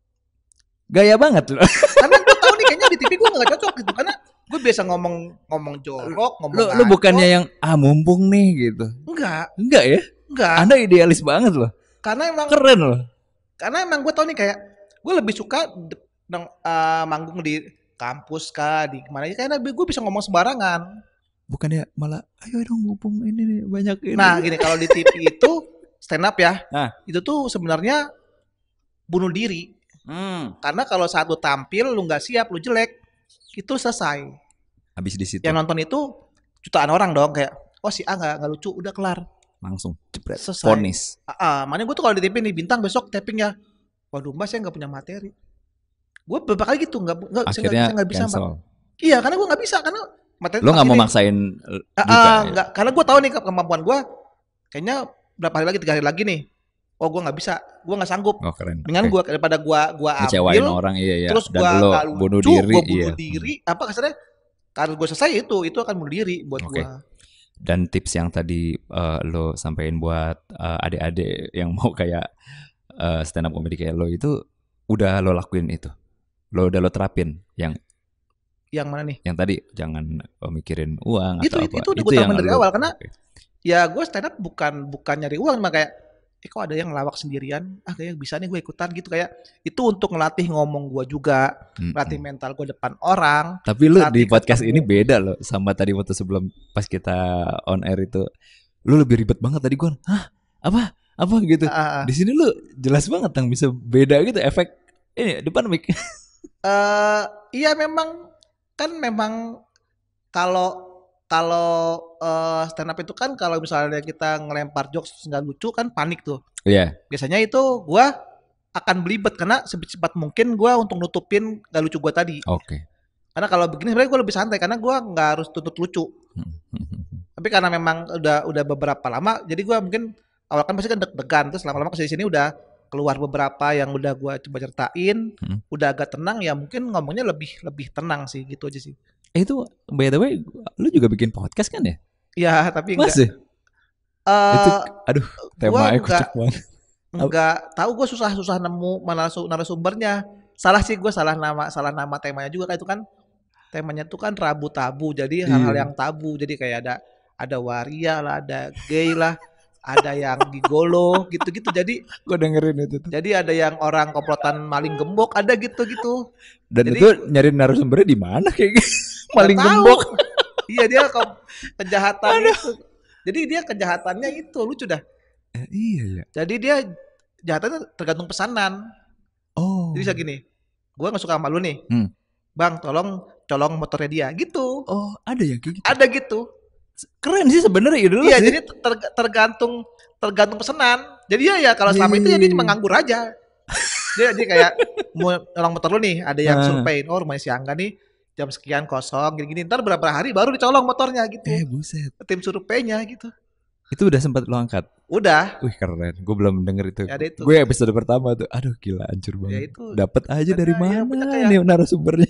Gaya banget lu. karena gue tahu nih kayaknya di T V gue nggak cocok gitu karena gue biasa ngomong ngomong jorok ngomong Lu, lu ngaco. bukannya yang ah mumpung nih gitu. Enggak Enggak ya? enggak Anda idealis banget loh. karena emang Keren loh. karena emang gue tahu nih kayak gue lebih suka de- neng- eh, manggung di kampus kah di mana aja karena gue bisa ngomong sembarangan. Bukannya malah ayo dong mumpung ini nih banyak ini. Nah gini kalau di T V itu stand up ya Nah. itu tuh sebenarnya bunuh diri Hmm. karena kalau saat lu tampil lu nggak siap lu jelek itu selesai. Habis di situ Yang nonton itu jutaan orang dong kayak oh si A nggak nggak lucu udah kelar langsung jebret. selesai. Ponis. Ah, ah, makanya gue tuh kalau di T V nih bintang besok tapping ya. Waduh mbak saya nggak punya materi. Gue beberapa kali gitu nggak nggak saya nggak Akhirnya saya nggak bisa mbak. cancel. Iya karena gue nggak bisa karena materi. Lu nggak mau ini. maksain eh, Ah, juga ah, ya? nggak karena gue tahu nih ke- kemampuan gue. Kayaknya berapa hari lagi tiga hari lagi nih. Oh gue nggak bisa, gue nggak sanggup. Oh keren. Dengan Oke. gue daripada gue gue Ngecewain ambil, orang iya ya. terus Dan gue lo nggak bunuh lucu, diri gue bunuh iya. diri. Apa kasarnya? Kalau gue selesai itu, itu akan bunuh diri buat Oke. gue. Dan tips yang tadi eh, lo sampein buat eh, adik-adik yang mau kayak eh, stand up comedy kayak lo itu udah lo lakuin itu. Lo udah lo terapin yang Yang mana nih? yang tadi jangan eh, mikirin uang Itu atau itu, apa. itu udah gue terapin dari lo- awal karena Oke. ya gue stand up bukan bukan nyari uang cuma kayak eh kok ada yang ngelawak sendirian ah kayak bisa nih gue ikutan gitu kayak itu untuk ngelatih ngomong gue juga Mm-mm. ngelatih mental gue depan orang. Tapi lu Latih di podcast ketemu. ini beda loh sama tadi waktu sebelum pas kita on air itu. Lu lebih ribet banget tadi gua. Hah? Apa? Apa gitu. Ah, ah, ah. Di sini lu jelas banget yang bisa beda gitu efek ini depan mic. Eh, iya memang kan memang kalau kalau eh, stand up itu kan kalau misalnya kita ngelempar jokes nggak lucu kan panik tuh Iya. biasanya itu gue akan belibet karena secepat mungkin gue untuk nutupin gak lucu gue tadi Oke. karena kalau begini sebenarnya gue lebih santai karena gue nggak harus tuntut lucu. Tapi karena memang udah udah beberapa lama, jadi gue mungkin awal kan pasti kan deg-degan, terus lama-lama kesini sini udah keluar beberapa yang udah gue coba ceritain, Hmm. udah agak tenang ya mungkin ngomongnya lebih lebih tenang sih gitu aja sih. Eh, itu by the way lu juga bikin podcast kan ya? Ya tapi enggak. Masih? Itu Eh, aduh gua temanya enggak kocak banget. enggak tahu gue susah-susah nemu mana narasum- narasumbernya. Salah sih gue salah nama salah nama temanya juga kan itu kan temanya tuh kan Rabu Tabu. Jadi hal-hal Iya. yang tabu. Jadi kayak ada ada waria lah, ada gay lah, ada yang gigolo gitu-gitu. Jadi Gua dengerin itu tuh. jadi ada yang orang komplotan maling gembok, ada gitu-gitu. Dan Jadi- itu nyari narasumbernya di mana kayak gitu? Maling Nggak tahu. gembok. Iya dia ke- kejahatan itu. Jadi dia kejahatannya itu lucu dah. Eh, iya ya. Jadi dia jahatannya tergantung pesanan. Oh. Jadi bisa gini, gue nggak suka sama lu nih, Hmm. bang tolong colong motornya dia, gitu. Oh, ada yang kayak gitu. Ada gitu. Keren sih sebenarnya ide lu Iya, sih. jadi ter- tergantung tergantung pesanan. Jadi ya ya kalau selama Iya, itu iya, ya dia iya. cuma nganggur aja. Dia dia kayak mau colong motor lu nih, ada yang Ah. survein, oh rumahnya si Angga nih jam sekian kosong gini-gini. Ntar berapa hari baru dicolong motornya gitu. Eh, buset. Tim surveinya gitu. Itu udah sempat lo angkat. Udah. Wih, keren. Gue belum denger itu. Ya, ada itu. Gue episode pertama tuh. Aduh, gila hancur Ya banget. itu. Dapat aja dari Karena ya, mana bener kayak- nih narasumbernya?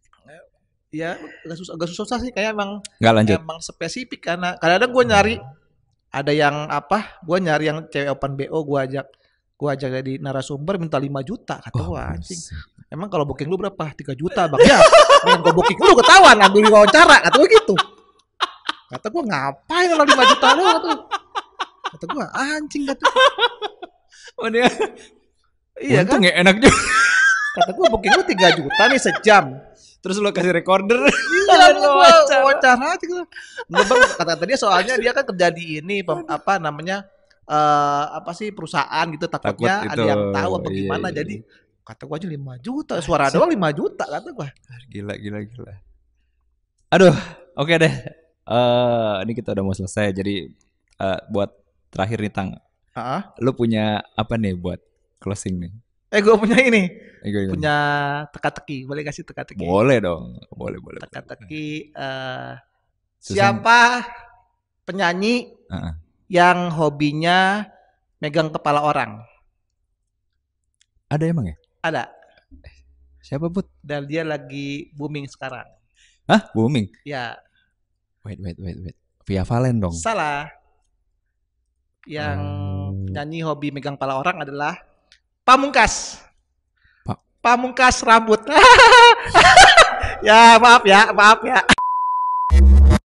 Ya agak susah, agak susah sih kayak emang Nggak lanjut. emang spesifik karena kadang-kadang gue nyari ada yang apa gue nyari yang cewek open B O gue ajak gue ajak jadi narasumber minta lima juta kata Oh, gue anjing buset. emang kalau booking lu berapa tiga juta bang ya yang gue booking lu ketahuan ambil wawancara kata gue gitu kata gue ngapain kalau lima juta lu kata, kata gue anjing kata Oh, dia. Iya Untung kan? ya enak juga. Kata gue booking lu tiga juta nih sejam. Terus lo kasih recorder. Iya, Lo gua wawancara. wawancara aja gitu. Nggak bang, kata-kata dia soalnya dia kan kerja di ini pem- apa namanya eh apa sih perusahaan gitu Takut takutnya ada itu. yang tahu apa Iya, gimana iya, jadi iya. kata gua aja lima juta suara Set. doang lima juta kata gua. Gila, gila, gila. Aduh, oke deh. Eh, ini kita udah mau selesai. Jadi eh, buat terakhir nih Tang, Heeh. lu punya apa nih buat closing nih? Eh gua punya ini Eh, gimana, gimana? punya teka-teki boleh kasih teka-teki Boleh dong, boleh, boleh. boleh. teka-teki eh, Susah. siapa penyanyi Heeh. yang hobinya megang kepala orang Ada emang ya? ada Siapa Put? dan dia lagi booming sekarang Hah? Booming? ya. Wait, wait, wait, wait. Via Valen dong. Salah. Yang Oh. penyanyi hobi megang kepala orang adalah Pamungkas. Pa- Pamungkas rambut. Ya maaf ya, maaf ya.